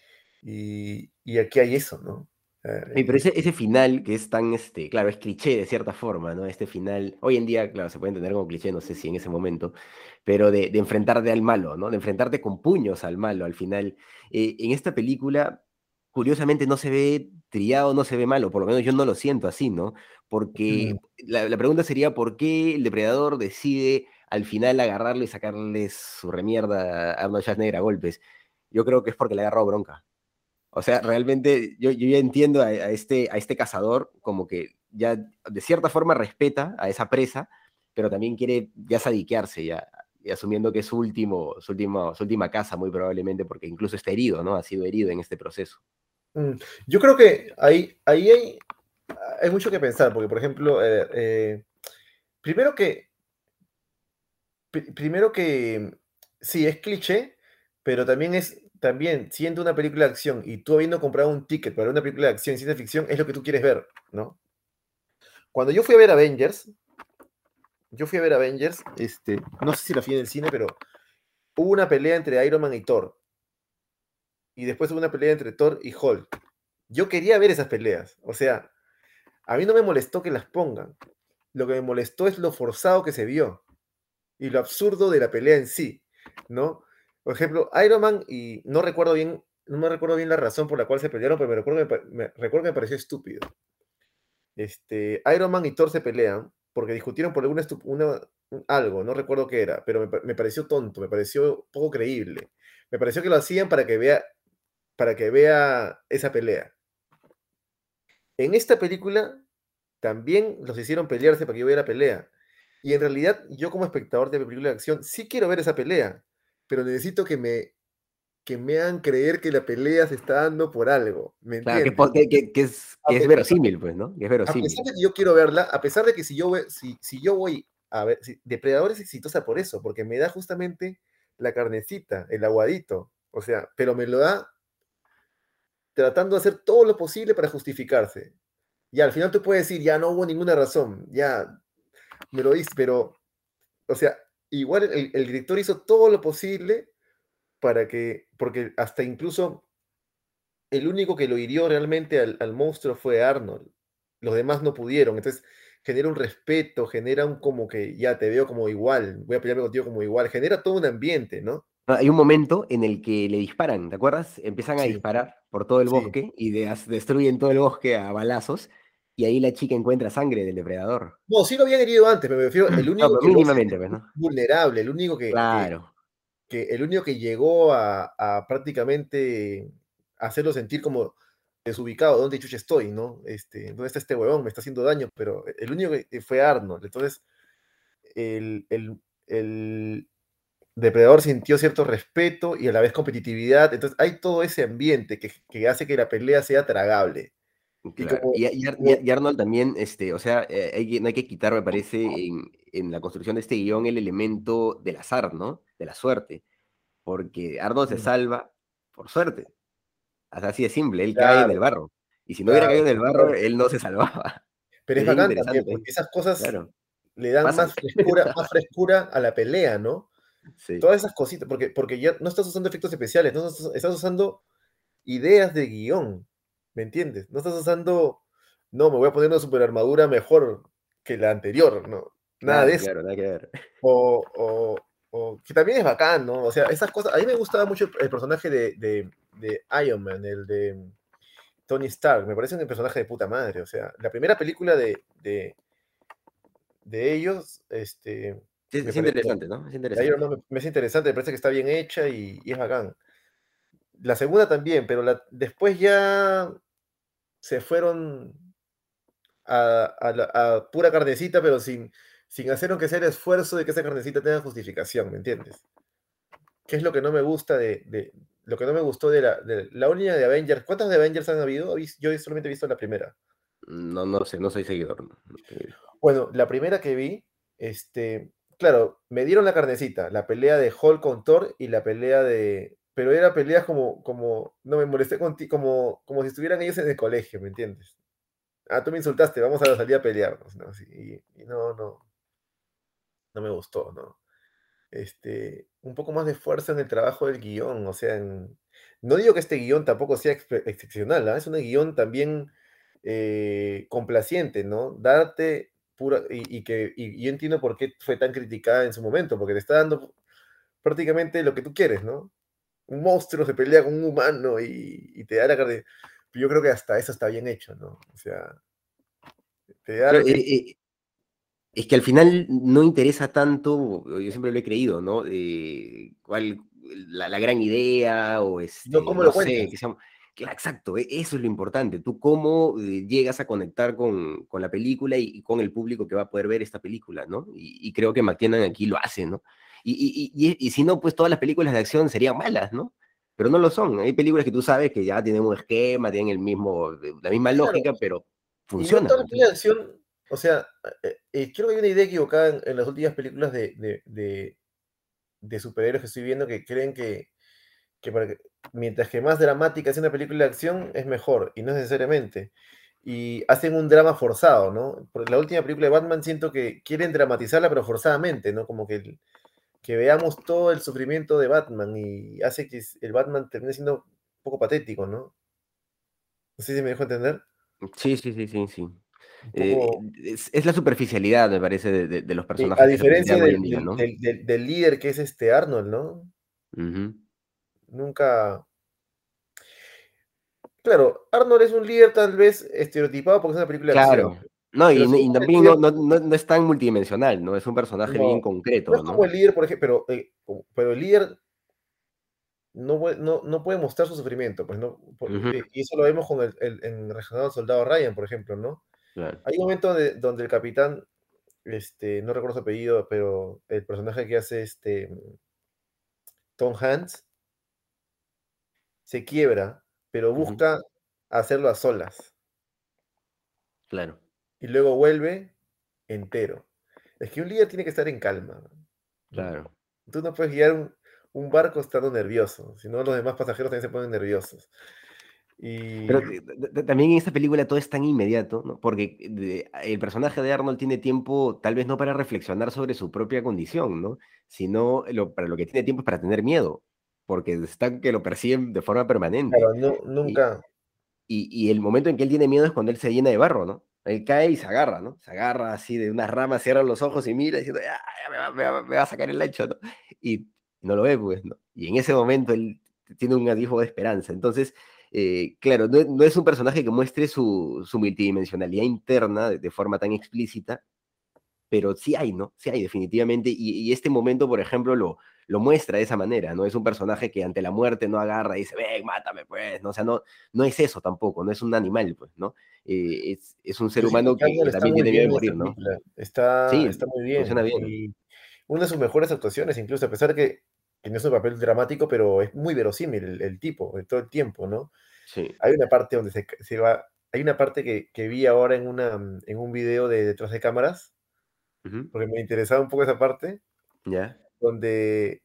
Y, y aquí hay eso, ¿no?
Oye, pero
Eh,
ese, ese final que es tan, este, claro, es cliché de cierta forma, ¿no? Este final, hoy en día, claro, se puede entender como cliché, no sé si en ese momento, pero de, de enfrentarte al malo, ¿no? De enfrentarte con puños al malo al final. Eh, en esta película, curiosamente, no se ve trillado, no se ve malo, por lo menos yo no lo siento así, ¿no?
mm,
Porque la, la pregunta sería, ¿por qué el depredador decide al final agarrarlo y sacarle su remierda a Arnold Schwarzenegger a golpes? Yo creo que es porque le ha agarrado bronca. O sea, realmente yo, yo ya entiendo a, a este, a este cazador como que ya de cierta forma respeta a esa presa, pero también quiere ya sadiquearse, ya, y asumiendo que es su, último, su, último, su última caza muy probablemente, porque incluso está herido, ¿no? Ha sido herido en este proceso.
mm. Yo creo que ahí, ahí hay, hay mucho que pensar, porque, por ejemplo, eh, eh, primero que, pri- primero que, sí, es cliché, pero también es, también, siendo una película de acción y tú habiendo comprado un ticket para una película de acción y ciencia ficción, es lo que tú quieres ver, ¿no? Cuando yo fui a ver Avengers, yo fui a ver Avengers, este, no sé si la fui en el cine, pero hubo una pelea entre Iron Man y Thor, y después hubo una pelea entre Thor y Hulk. Yo quería ver esas peleas, o sea, a mí no me molestó que las pongan, lo que me molestó es lo forzado que se vio y lo absurdo de la pelea en sí, ¿no? Por ejemplo, Iron Man, y no recuerdo bien, no me recuerdo bien la razón por la cual se pelearon, pero me recuerdo, que me, pa- me- recuerdo que me pareció estúpido. Este, Iron Man y Thor se pelean porque discutieron por alguna estu- una, un- algo, no recuerdo qué era, pero me, pa- me pareció tonto, me pareció poco creíble. Me pareció que lo hacían para que vea, para que vea esa pelea. En esta película también los hicieron pelearse para que yo vea la pelea. Y en realidad, yo como espectador de película de acción, sí quiero ver esa pelea, pero necesito que me, que me hagan creer que la pelea se está dando por algo, ¿me
Claro, que,
entiendes?
po- que, que- que es,
A,
que es
pe- a pesar
verosímil, pues, ¿no? Que es
a pesar
verosímil.
de que yo quiero verla, a pesar de que si yo, ve- si, si yo voy a ver, si- Depredador es exitosa por eso, porque me da justamente la carnecita, el aguadito, o sea, pero me lo da tratando de hacer todo lo posible para justificarse. Y al final tú puedes decir, ya no hubo ninguna razón, ya me lo dices, pero, o sea, igual el, el director hizo todo lo posible para que, porque hasta incluso el único que lo hirió realmente al, al monstruo fue Arnold. Los demás no pudieron. Entonces genera un respeto, genera un como que ya te veo como igual, voy a pelearme contigo como igual. Genera todo un ambiente, ¿no?
Ah, hay un momento en el que le disparan, ¿te acuerdas? Empiezan a
Sí,
disparar por todo el
sí.
bosque y de- as- destruyen todo el bosque a balazos y ahí la chica encuentra sangre del depredador.
No, sí lo habían herido antes, pero me refiero, el
No,
único
pero
que lo hace
mínimamente, pues,
sentir
¿no?
vulnerable, el único que, que,
Claro.
que el único que llegó a, a prácticamente hacerlo sentir como desubicado, ¿dónde chucha estoy, no? Este, ¿dónde está este huevón? Me está haciendo daño, pero el único que fue Arnold. Entonces, el, el, el depredador sintió cierto respeto y a la vez competitividad. Entonces, hay todo ese ambiente que, que hace que la pelea sea tragable. Y
Claro.
como,
Y, y Ar-
como-
y Arnold también, este, o sea, eh, hay que- no hay que quitar, me parece, en, en la construcción de este guión el elemento del azar, ¿no? De la suerte. Porque Arnold se
mm,
salva por suerte. O sea, así de simple, él cae en el
claro,
barro. Y si no hubiera
claro,
caído en el
por
barro,
suerte.
él no se salvaba.
Pero es
Eso es
bacán también,
interesante.
porque esas cosas
Claro,
le dan
pasan.
más frescura, más frescura a la pelea, ¿no?
Sí.
Todas esas cositas, porque, porque ya no estás usando efectos especiales, no estás, estás usando ideas de guión, ¿me entiendes? No estás usando, no, me voy a poner una super armadura mejor que la anterior, no, nada de
Claro,
eso.
claro, nada que ver.
O, o, o- que también es bacán, ¿no? O sea, esas cosas, a mí me gustaba mucho el, el personaje de, de, de Iron Man, el de Tony Stark, me parece un personaje de puta madre, o sea, la primera película de, de, de ellos, este,
Sí,
me
es
parece,
interesante, ¿no? Es
de Iron
interesante.
Man me, me parece interesante, me parece que está bien hecha y, y es bacán. La segunda también, pero la, después ya se fueron a, a la- a pura carnecita, pero sin, sin hacer aunque sea el esfuerzo de que esa carnecita tenga justificación, ¿me entiendes? ¿Qué es lo que no me gusta de, de- lo que no me gustó de la, de la línea de Avengers? ¿Cuántas de Avengers han habido? Habéis- Yo solamente he visto la primera.
No, no sé, no soy seguidor. No, no tengo idea.
Bueno, la primera que vi, este, claro, me dieron la carnecita, la pelea de Hulk con Thor y la pelea de, pero era peleas como, como, no me molesté contigo, como, como si estuvieran ellos en el colegio, ¿me entiendes? Ah, tú me insultaste, vamos a salir a pelearnos, ¿no? Sí, y, y no, no, no me gustó, ¿no? Este, un poco más de fuerza en el trabajo del guión, o sea, en- no digo que este guión tampoco sea expe- excepcional, ¿ah? Es un guión también eh, complaciente, ¿no? Darte pura, y, y que, y, y yo entiendo por qué fue tan criticada en su momento, porque te está dando prácticamente lo que tú quieres, ¿no? Un monstruo se pelea con un humano y, y te da la carne. Yo creo que hasta eso está bien hecho, ¿no? O sea, te da
Claro,
lo
eh,
que...
eh, es que al final no interesa tanto, yo siempre lo he creído, ¿no? Eh, cuál, la, la gran idea o
No,
este,
¿cómo
no
lo
sé, que
cuentas?
sea... Claro, exacto, e- eso es lo importante. Tú cómo eh, llegas a conectar con, con la película y, y con el público que va a poder ver esta película, ¿no? Y, y creo que McTiernan aquí lo hace, ¿no? Y, y, y, y- y si no, pues todas las películas de acción serían malas, ¿no? Pero no lo son. Hay películas que tú sabes que ya tienen un esquema, tienen el mismo, la misma
Claro,
lógica, pero
y no
funcionan.
toda la película de
Entonces,
acción. o sea, eh, eh, creo que hay una idea equivocada en, en las últimas películas de, de, de- de superhéroes que estoy viendo que creen que, que, para que- mientras que más dramática sea una película de acción es mejor, y no necesariamente. Y hacen un drama forzado, ¿no? Porque la última película de Batman siento que quieren dramatizarla, pero forzadamente, ¿no? Como que, el- que veamos todo el sufrimiento de Batman y hace que el Batman termine siendo un poco patético, ¿no? No sé si me dejo entender.
Sí, sí, sí, sí, sí.
Un
Eh,
poco.
es, es la superficialidad, me parece, de, de- de los
Sí, a
personajes que se
diferencia
plantean hoy
del,
en día,
del,
¿no?
del- del- del líder que es este Arnold, ¿no?
Ujú.
Nunca. Claro, Arnold es un líder tal vez estereotipado porque es una película de acción.
Claro. No, y,
Pero si
y
vemos el
también no,
líder,
no, no, no es tan multidimensional, ¿no? Es un personaje bien
no, no es
concreto,
como
¿no?
el líder, por ejemplo, pero, eh, como- pero el líder no, pue- no, no puede mostrar su sufrimiento, pues no. Por-
Ujú.
eh, y eso lo vemos con el, el- en Rescatando al Soldado Ryan, por ejemplo, ¿no?
Claro.
Hay un momento de- donde el capitán, este, no recuerdo su apellido, pero el personaje que hace este Tom Hanks se quiebra, pero
Ujú.
busca hacerlo a solas
Claro,
y luego vuelve entero. Es que un líder tiene que estar en calma, ¿no?
claro.
Tú no puedes guiar un, un barco estando nervioso, si no los demás pasajeros también se ponen nerviosos.
Pero
Y
eh, t- t- también en esta película todo es tan inmediato, ¿no? Porque de- el personaje de Arnold tiene tiempo, tal vez no para reflexionar sobre su propia condición, ¿no? Sino lo, para lo que tiene tiempo es para tener miedo, porque está que lo persiguen de forma permanente.
claro, nu-
Y,
nunca,
y, y el momento en que él tiene miedo es cuando él se llena de barro, ¿no? Él cae y se agarra, ¿no? Se agarra así de unas ramas, cierra los ojos y mira diciendo, "Ah, ya me va, me va- me va a sacar el lecho", ¿no? Y no lo ve, pues, ¿no? Y en ese momento él tiene un atisbo de esperanza. Entonces, eh, claro, no, no es un personaje que muestre su, su multidimensionalidad interna de, de forma tan explícita, pero sí hay, ¿no? Sí hay, definitivamente. Y, y este momento, por ejemplo, lo, lo muestra de esa manera, ¿no? Es un personaje que ante la muerte no agarra y dice, ven, mátame, pues, ¿no? O sea, no, no es eso tampoco, no es un animal, pues, ¿no? Eh, es, es un ser
yo siento
humano
que
que,
Arnold
que
está
también
muy
tiene miedo
bien
de
en esta
morir, ¿no?
película, está,
Sí,
está muy
funciona
bien.
bien.
Y una de sus mejores actuaciones, incluso, a pesar de que, que no es un papel dramático, pero es muy verosímil el, el tipo, de todo el tiempo, ¿no?
Sí.
Hay una parte donde se, se va, hay una parte que, que vi ahora en, una, en un video de detrás de cámaras,
Ujú.
porque me interesaba un poco esa parte,
Ya,
donde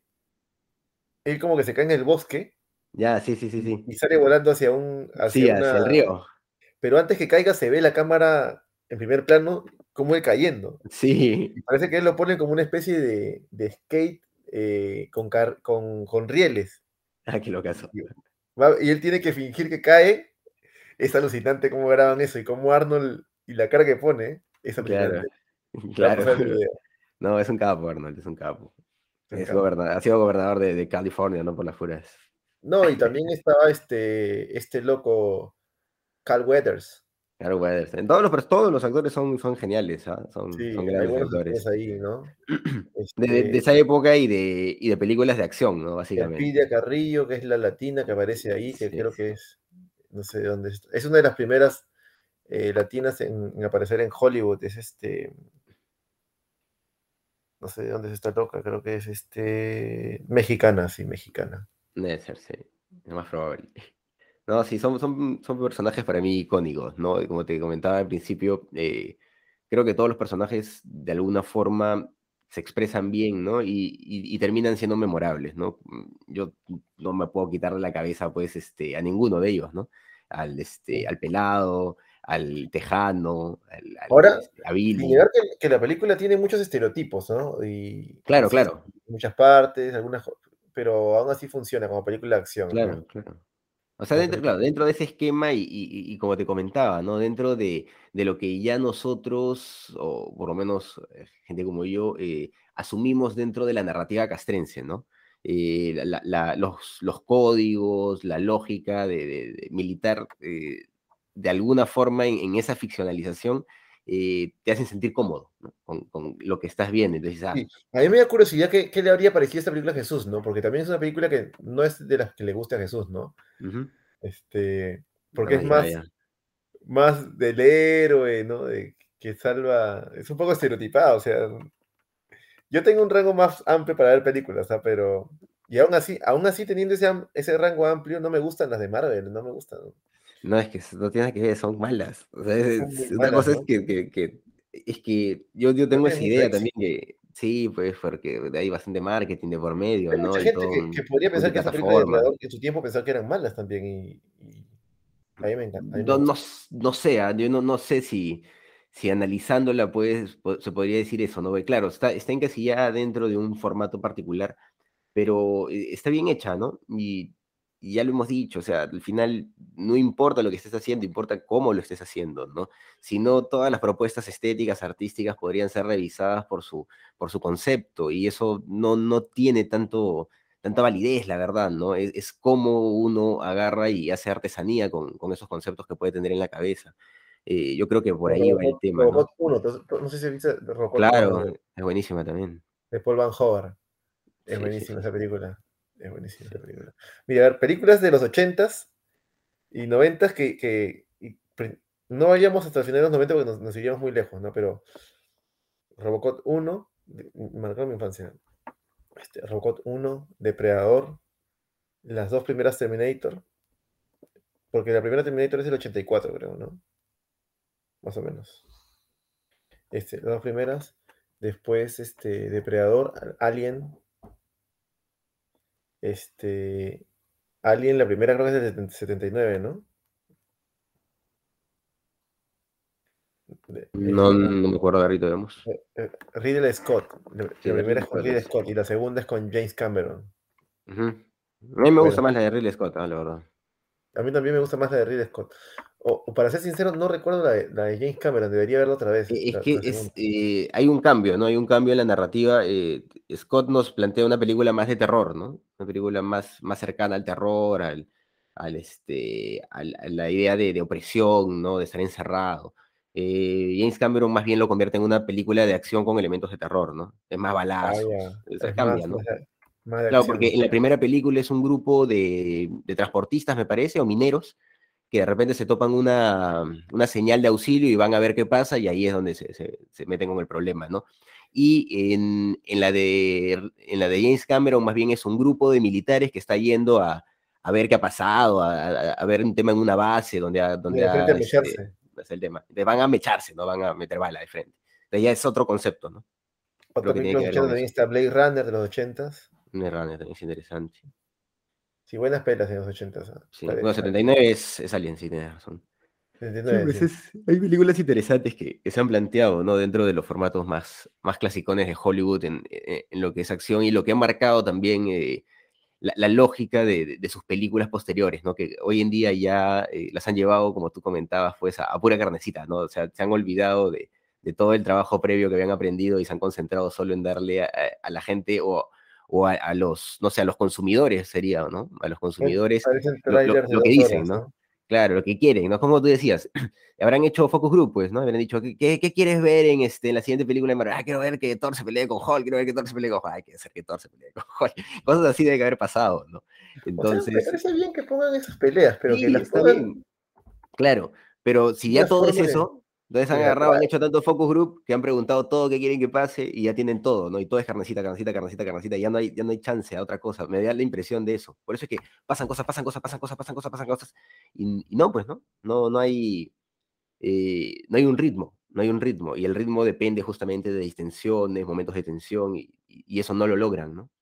él como que se cae en el bosque
ya, sí, sí, sí,
y,
sí.
y sale volando hacia un, hacia
Sí,
una,
hacia el río.
pero antes que caiga se ve la cámara en primer plano como él cayendo.
Sí.
Y parece que él lo pone como una especie de, de skate eh, con, car- con, con rieles.
Ah, qué locazo.
Y, va- y él tiene que fingir que cae. Es alucinante cómo graban eso y cómo Arnold y la cara que pone es
Claro,
alucinante. Te va a
claro.
pasar el video.
No, es un capo, Arnold, es un capo.
Me
Es
encanta.
gobernador, ha sido gobernador de, de California, ¿no? Por las furas.
No, y también estaba este, este loco, Cal Weathers.
Claro, Weathers. En todos los, pero todos los actores son, son geniales, ¿ah? Son,
Sí,
son
hay
grandes
buenos actores
actores.
ahí, ¿no?
De, de- de
Este,
esa época y de, y de películas de acción, ¿no?
Elpidia
Básicamente.
Carrillo, que es la latina que aparece ahí, que
Sí,
creo
sí.
que es, no sé de dónde es. Es una de las primeras eh, latinas en, en aparecer en Hollywood. Es este, no sé de dónde es esta loca, creo que es este, mexicana, sí, mexicana.
Debe ser, sí. Es más probable. No, sí, son, son, son personajes para mí icónicos, ¿no? Y como te comentaba al principio, eh, creo que todos los personajes de alguna forma se expresan bien, ¿no? Y, y- y terminan siendo memorables, ¿no? Mm, Yo no me puedo quitar de la cabeza, pues, este, a ninguno de ellos, ¿no? Al, este,
Sí.
al pelado, al tejano, al, al,
Ahora,
este, a
sin
Billy.
negar que, que la película tiene muchos estereotipos, ¿no? Y, y
Claro,
sí,
claro,
muchas partes, algunas, jo- pero aún así funciona como película de acción, ¿no?
claro, claro. O sea,
Como
dentro,
película.
claro, dentro de ese esquema y, y- y como te comentaba, ¿no? Dentro de, de lo que ya nosotros, o por lo menos eh, gente como yo, eh, asumimos dentro de la narrativa castrense, ¿no? Eh, la- la- la- los, los códigos, la lógica de, de- de militar, eh, de alguna forma en, en esa ficcionalización, eh, te hacen sentir cómodo, ¿no? Con, con lo que estás viendo. Entonces, ah,
Sí, a mí me da curiosidad qué, qué le habría parecido esta película a Jesús, ¿no? Porque también es una película que no es de las que le gusta a Jesús, ¿no?
ujú,
Este, porque
ah,
es
ya,
más,
ya.
más del héroe, ¿no? De, que salva, es un poco estereotipado, o sea, yo tengo un rango más amplio para ver películas, ¿ah? Pero, y aún así, aún así teniendo ese, am- ese rango amplio, no me gustan las de Marvel, no me gustan, ¿no?
No, es que no tiene nada que ver, son malas. O sea,
Son
es-
muy
una
malas,
cosa es
¿no?
que, que, que Es que yo, yo
No
tengo
tiene
esa
mucho
idea
éxito.
también que sí, pues porque hay bastante marketing de por medio,
Hay
¿no?
mucha
Y
gente
todo
que, que
un
podría pensar que esta película de
multiplataforma.
Depredador en su tiempo pensaba que eran malas también y, y a mí me encanta, a mí me
No, no,
gusta.
s- no sé, ah, yo no, no sé si, si analizándola pues, po- se podría decir eso, ¿no? Porque, claro, está, está encasillada dentro de un formato particular, pero eh, está bien hecha, ¿no? Y, y ya lo hemos dicho, o sea, al final no importa lo que estés haciendo, importa cómo lo estés haciendo, ¿no? Si no, todas las propuestas estéticas, artísticas podrían ser revisadas por su, por su concepto, y eso no, no tiene tanto, tanta validez, la verdad, ¿no? Es, es cómo uno agarra y hace artesanía con, con esos conceptos que puede tener en la cabeza. Eh, yo creo que por
O
ahí va el
Robocop,
tema, ¿no?
Robocop uno, entonces, no sé si viste Robocop uno
Claro,
de,
es buenísima también.
de Paul Van Hover. Es
Sí, sí,
buenísima
sí,
esa
sí.
película. Es buenísima
Sí.
esa película. Mira, a ver, películas de los ochentas y noventas que, que y pri- no vayamos hasta el final de los noventa porque nos, nos iríamos muy lejos, ¿no? Pero Robocop uno, de- marcó mi infancia. Este, Robocop uno, Depredador, las dos primeras Terminator, porque la primera Terminator es del ochenta y cuatro, creo, ¿no? Más o menos. Este, las dos primeras. Después, este, Depredador, Alien, este, Alien, la primera creo que es del setenta y nueve, ¿no? De-
No,
eh,
no me acuerdo de Rito, digamos.
eh, eh, Ridley Scott, la,
Sí,
la
de
primera
Ridley
es con
Scott
Ridley
es.
Scott y la segunda es con James Cameron.
Ujú. A mí me
Bueno,
gusta más la de Ridley Scott, ah, la verdad.
a mí también me gusta más la de Ridley Scott. O, o para ser sincero, no recuerdo la de, la de James Cameron, debería verla otra vez,
Eh, Es
la,
que
la
es,
segunda.
eh, hay un cambio, ¿no? Hay un cambio en la narrativa. eh, Scott nos plantea una película más de terror, ¿no? Una película más, más cercana al terror, al, al, este, al- a la idea de, de opresión, ¿no? De estar encerrado. Eh, James Cameron más bien lo convierte en una película de acción con elementos de terror, ¿no? Es más
Ah,
balazos.
ya,
O sea,
es
cambia,
más,
¿no?
más, de más de
Claro, porque
acción.
en la primera película es un grupo de, de transportistas, me parece, o mineros, que de repente se topan una, una señal de auxilio y van a ver qué pasa, y ahí es donde se, se- se meten con el problema, ¿no? Y en, en la de, en la de James Cameron, más bien es un grupo de militares que está yendo a, a ver qué ha pasado, a, a- a ver un tema en una base donde ha,
Y
donde
de frente
ha,
a
este,
mecharse.
es el tema. De- van a mecharse, no van a meter bala de frente. Entonces ya es otro concepto, ¿no? Creo
Otra
que tiene
película
que
de los
ver
ochenta
con
también
eso.
está Blade Runner de los ochentas.
Un runner también es interesante.
Sí, buenas pelas en los ochentas. ¿Ah?
Sí,
Vale,
bueno,
vale.
setenta y nueve es, es Alien, sí, tienes razón. Sí,
setenta y nueve,
pues
sí.
es, hay películas interesantes que, que se han planteado, ¿no? Dentro de los formatos más, más clasicones de Hollywood en, en- en lo que es acción y lo que ha marcado también eh, la, la lógica de, de- de sus películas posteriores, ¿no? Que hoy en día ya eh, las han llevado, como tú comentabas, pues a, a pura carnecita, ¿no? O sea, se han olvidado de, de todo el trabajo previo que habían aprendido y se han concentrado solo en darle a, a- a la gente o, o a, a los, no sé, a los consumidores sería, ¿no? A los consumidores
Parecen
lo, lo-
trailers de
lo que
dos
dicen,
horas,
¿no?
¿no?
Claro, lo que quieren, ¿no? Como tú decías, habrán hecho focus group, pues, ¿no? Habrán dicho, ¿qué, qué, qué quieres ver en, este, en la siguiente película de Marvel? Ah, quiero ver que Thor se pelee con Hulk, quiero ver que Thor se pelee con Hulk, hay que hacer que Thor se pelee con Hulk. Cosas así debe que haber pasado, ¿no?
O sea, me
Entonces,
parece bien que pongan esas peleas, pero que
sí,
las
está
pongan
bien, claro, pero si
de
ya
una
todo es
forma de,
eso, entonces han
de
agarrado, han
atraer.
hecho tanto focus group que han preguntado todo qué quieren que pase y ya tienen todo, ¿no? Y todo es carnecita, carnecita, carnecita, carnecita, ya no hay, ya no hay chance a otra cosa. Me da la impresión de eso. Por eso es que pasan cosas, pasan cosas, pasan cosas, pasan cosas, pasan cosas, y, y no, pues, ¿no? No, no hay, eh, no hay un ritmo, no hay un ritmo, y el ritmo depende justamente de distensiones, momentos de tensión, y, y y eso no lo logran, ¿no?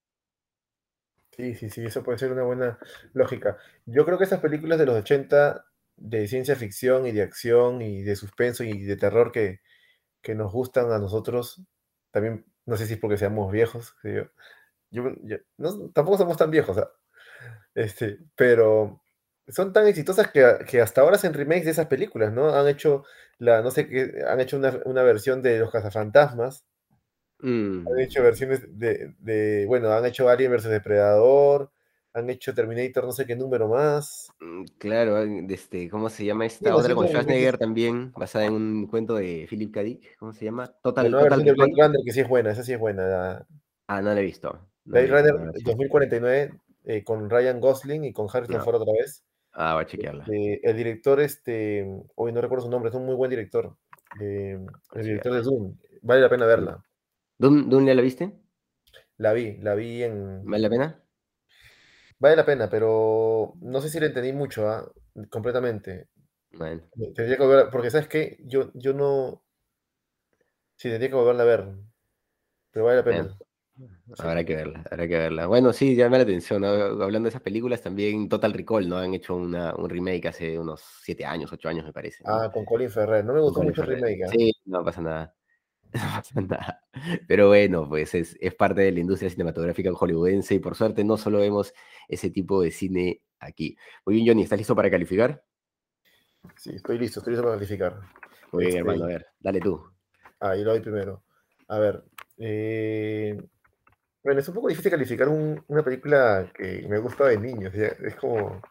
Sí, sí, sí, eso puede ser una buena lógica. Yo creo que esas películas de los ochenta de ciencia ficción y de acción y de suspenso y de terror que, que nos gustan a nosotros, también, no sé si es porque seamos viejos, que yo, yo- yo- no, tampoco somos tan viejos, ¿ah? Este, pero son tan exitosas que, que hasta ahora hacen remakes de esas películas, ¿no? Han hecho la, no sé qué, han hecho una, una versión de Los Cazafantasmas, han
Mm,
hecho versiones de, de, bueno, han hecho Alien versus Depredador, han hecho Terminator no sé qué número más.
mm, claro, eh, este, ¿cómo se llama esta
Siguen
otra con
haciendo
Schwarzenegger
remakes.
también, basada en un cuento de Philip K. Dick? ¿Cómo se llama?
La
Total,
nueva
Total
versión de Blade
Recall.
Runner, que sí es buena, esa sí es buena. La
Ah, no la he visto, no la
Blade
he visto la
Runner
nueva versión.
dos mil cuarenta y nueve eh, con Ryan Gosling y con Harrison
No,
Ford otra vez.
ah, voy a chequearla,
Este, el director, este, hoy no recuerdo su nombre, es un muy buen director. eh,
voy a
el director de
chequearla.
Doom. Vale la pena
Mm.
verla.
¿Dune, Dune ya la viste?
La vi, la vi en...
¿Vale la pena?
Vale la pena, pero no sé si la entendí mucho, ¿ah? Completamente.
Bueno,
Tendría que volver, porque ¿sabes qué? Yo, yo no... Sí, tendría que volverla a ver, pero vale la
Bueno,
pena. Sí.
habrá que verla, habrá que verla. Bueno, sí, llama la atención, ¿no? Hablando de esas películas, también Total Recall, ¿no? Han hecho una, un remake hace unos siete años, ocho años, me parece, ¿no?
Ah, con Colin Ferrer. No me
Con
gustó
Colin
mucho el
Farrell.
remake, ¿ah?
Sí, no pasa nada. No pasa nada. Pero bueno, pues es, es parte de la industria cinematográfica hollywoodense y por suerte no solo vemos ese tipo de cine aquí. Muy bien, Johnny, ¿estás listo para calificar?
Sí, estoy listo, estoy listo para calificar.
Muy bien, hermano, a
Este,
ver, dale tú.
ahí lo doy primero. A ver, eh, bueno, es un poco difícil calificar un- una película que me gusta de niños. Ya, es como.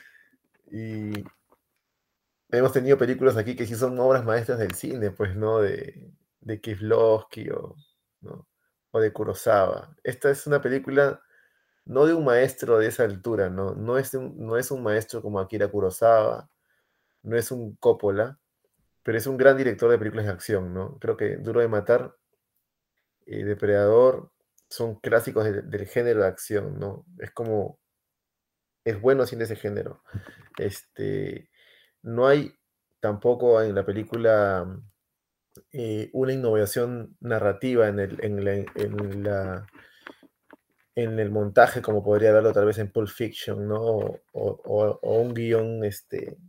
Y hemos tenido películas aquí que sí son obras maestras del cine, pues, ¿no? De, de Kieslowski o, ¿no? O de Kurosawa. Esta es una película no de un maestro de esa altura, ¿no? No es un, no es un maestro como Akira Kurosawa, no es un Coppola, pero es un gran director de películas de acción, ¿no? Creo que Duro de Matar y Depredador son clásicos de- del género de acción, ¿no? Es como, es bueno haciendo ese género. Este, no hay tampoco en la película eh, una innovación narrativa en el, en la, en la- en el montaje, como podría haberlo tal vez en Pulp Fiction, ¿no? O, o- o un guión este,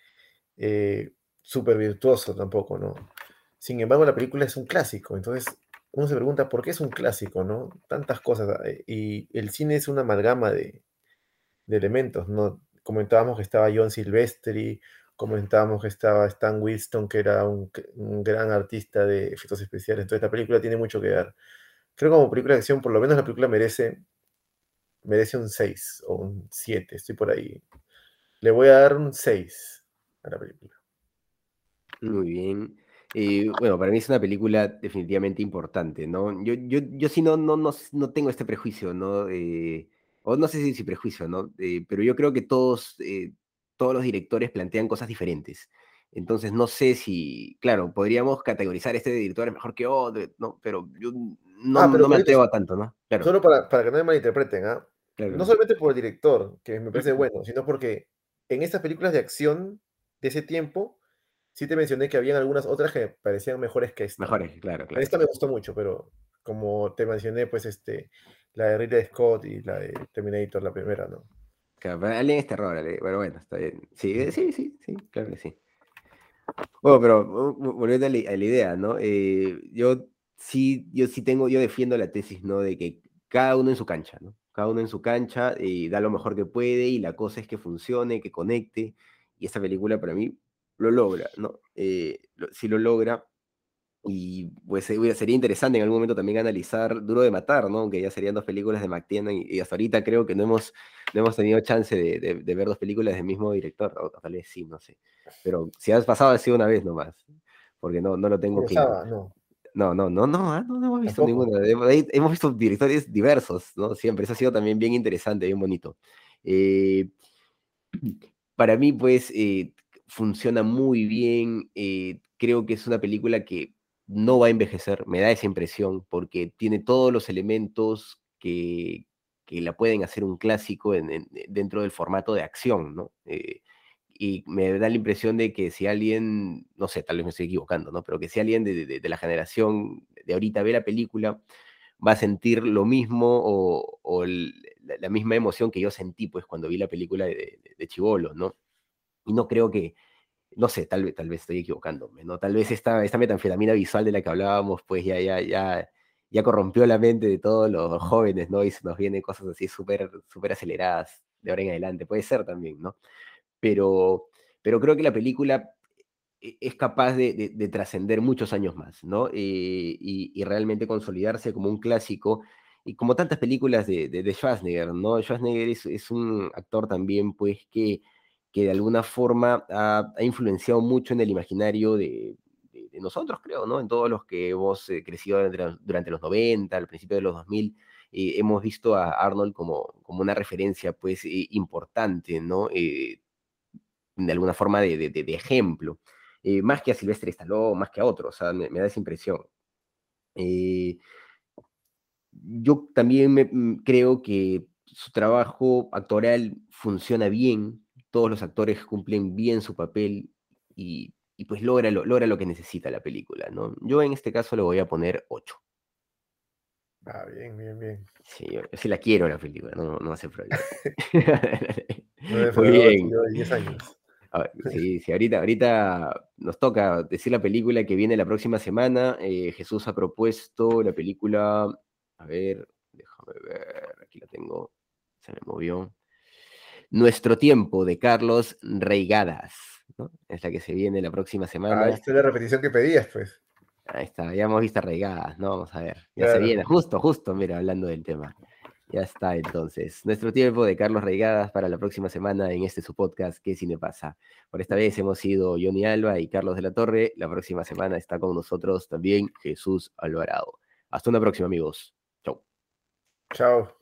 eh, súper virtuoso tampoco, ¿no? Sin embargo, la película es un clásico, entonces uno se pregunta por qué es un clásico, ¿no? Tantas cosas, eh, y el cine es una amalgama de, de elementos, ¿no? Comentábamos que estaba John Silvestri, comentábamos que estaba Stan Winston, que era un, un gran artista de efectos especiales, entonces la película tiene mucho que ver. Creo que como película de acción, por lo menos la película merece, merece un seis o un siete, estoy por ahí. Le voy a dar un seis a la película.
Muy bien. Eh, bueno, para mí es una película definitivamente importante, ¿no? Yo, yo, yo sí no, no, no, no tengo este prejuicio, ¿no? Eh, o no sé si, si prejuicio, ¿no? Eh, pero yo creo que todos, eh, todos los directores plantean cosas diferentes. Entonces, no sé si, claro, podríamos categorizar este director es mejor que otro, ¿no? Pero yo no,
Ah, pero
no me
Carlitos,
atrevo a tanto, ¿no? Claro,
solo para, para que no me malinterpreten, ¿ah?
claro,
No
claro.
solamente por el director, que me parece bueno, sino porque en estas películas de acción de ese tiempo, sí te mencioné que habían algunas otras que me parecían mejores que esta, ¿no?
Mejores, claro, claro.
Esta me gustó mucho, pero como te mencioné, pues este, la de Ridley Scott y la de Terminator, la primera, ¿no?
Claro, para alguien es terror, Ale, pero bueno, está bien. Sí, eh, sí, sí, sí, claro que sí. Bueno, pero vo- vo- volviendo a la, a la idea, ¿no? Eh, yo sí, yo sí tengo, yo defiendo la tesis, ¿no? De que cada uno en su cancha, ¿no? Cada uno en su cancha y da lo mejor que puede y la cosa es que funcione, que conecte. Y esta película para mí lo logra, ¿no? Eh, lo- sí lo logra. Y pues eh, sería interesante en algún momento también analizar Duro de Matar, ¿no? Aunque ya serían dos películas de McTiernan y, y hasta ahorita creo que no hemos, no hemos tenido chance de, de- de ver dos películas del mismo director, o, o tal vez sí, no sé. Pero si has pasado ha sido una vez nomás, porque no, no lo tengo claro.
Kurosawa, no,
No, no, no, no, ah, no, no hemos visto
tampoco.
ninguna. Hemos ahí hemos visto directores diversos, ¿no? Siempre, eso ha sido también bien interesante, bien bonito. Eh, para mí, pues, eh, funciona muy bien. Eh, creo que es una película que no va a envejecer, me da esa impresión, porque tiene todos los elementos que, que la pueden hacer un clásico en- en- dentro del formato de acción, ¿no? Eh, y me da la impresión de que si alguien, no sé, tal vez me estoy equivocando, ¿no? Pero que si alguien de, de- de la generación de ahorita ve la película, va a sentir lo mismo o, o el- la, la misma emoción que yo sentí pues cuando vi la película de, de, de Chibolo, ¿no? Y no creo que, no sé, tal vez, tal vez estoy equivocándome, ¿no? Tal vez esta, esta metanfetamina visual de la que hablábamos, pues ya, ya, ya, ya corrompió la mente de todos los jóvenes, ¿no? Y se nos vienen cosas así súper, súper aceleradas de ahora en adelante. Puede ser también, ¿no? Pero, pero creo que la película e- es capaz de, de- de trascender muchos años más, ¿no? Eh, y, y realmente consolidarse como un clásico, y como tantas películas de, de, de Schwarzenegger, ¿no? Schwarzenegger es, es un actor también, pues, que, que de alguna forma ha, ha influenciado mucho en el imaginario de, de- de nosotros, creo, ¿no? En todos los que hemos eh, crecido durante, los durante los noventa, al principio de los dos mil, eh, hemos visto a Arnold como, como una referencia, pues, eh, importante, ¿no? Eh, de alguna forma de, de, de- de ejemplo, eh, más que a Silvestre Stallone, más que a otros, o sea, me, me da esa impresión. Eh, yo también me, mm, creo que su trabajo actoral funciona bien, todos los actores cumplen bien su papel y, y pues logra lo, logra lo que necesita la película, ¿no? Yo en este caso le voy a poner ocho.
Ah, bien, bien, bien.
Sí, yo, yo sí la quiero la película, no, no hace problema.
No he
Muy
defraudado
bien.
yo de diez años.
A ver, sí, sí, ahorita, ahorita nos toca decir la película que viene la próxima semana. Eh, Jesús ha propuesto la película, a ver, déjame ver, aquí la tengo, se me movió. Nuestro tiempo, de Carlos Reigadas, ¿no? Es la que se viene la próxima
Ah,
semana.
esta es la repetición que pedías, pues.
Ahí está, ya hemos visto Reigadas, ¿no? Vamos a ver, ya se
Claro.
viene, justo, justo, mira, hablando del tema. Ya está, entonces. Nuestro tiempo, de Carlos Reigadas, para la próxima semana en este su podcast, ¿Qué cine pasa? Por esta vez hemos sido Johnny Alba y Carlos de la Torre. La próxima semana está con nosotros también Jesús Alvarado. Hasta una próxima, amigos. Chau.
Chao.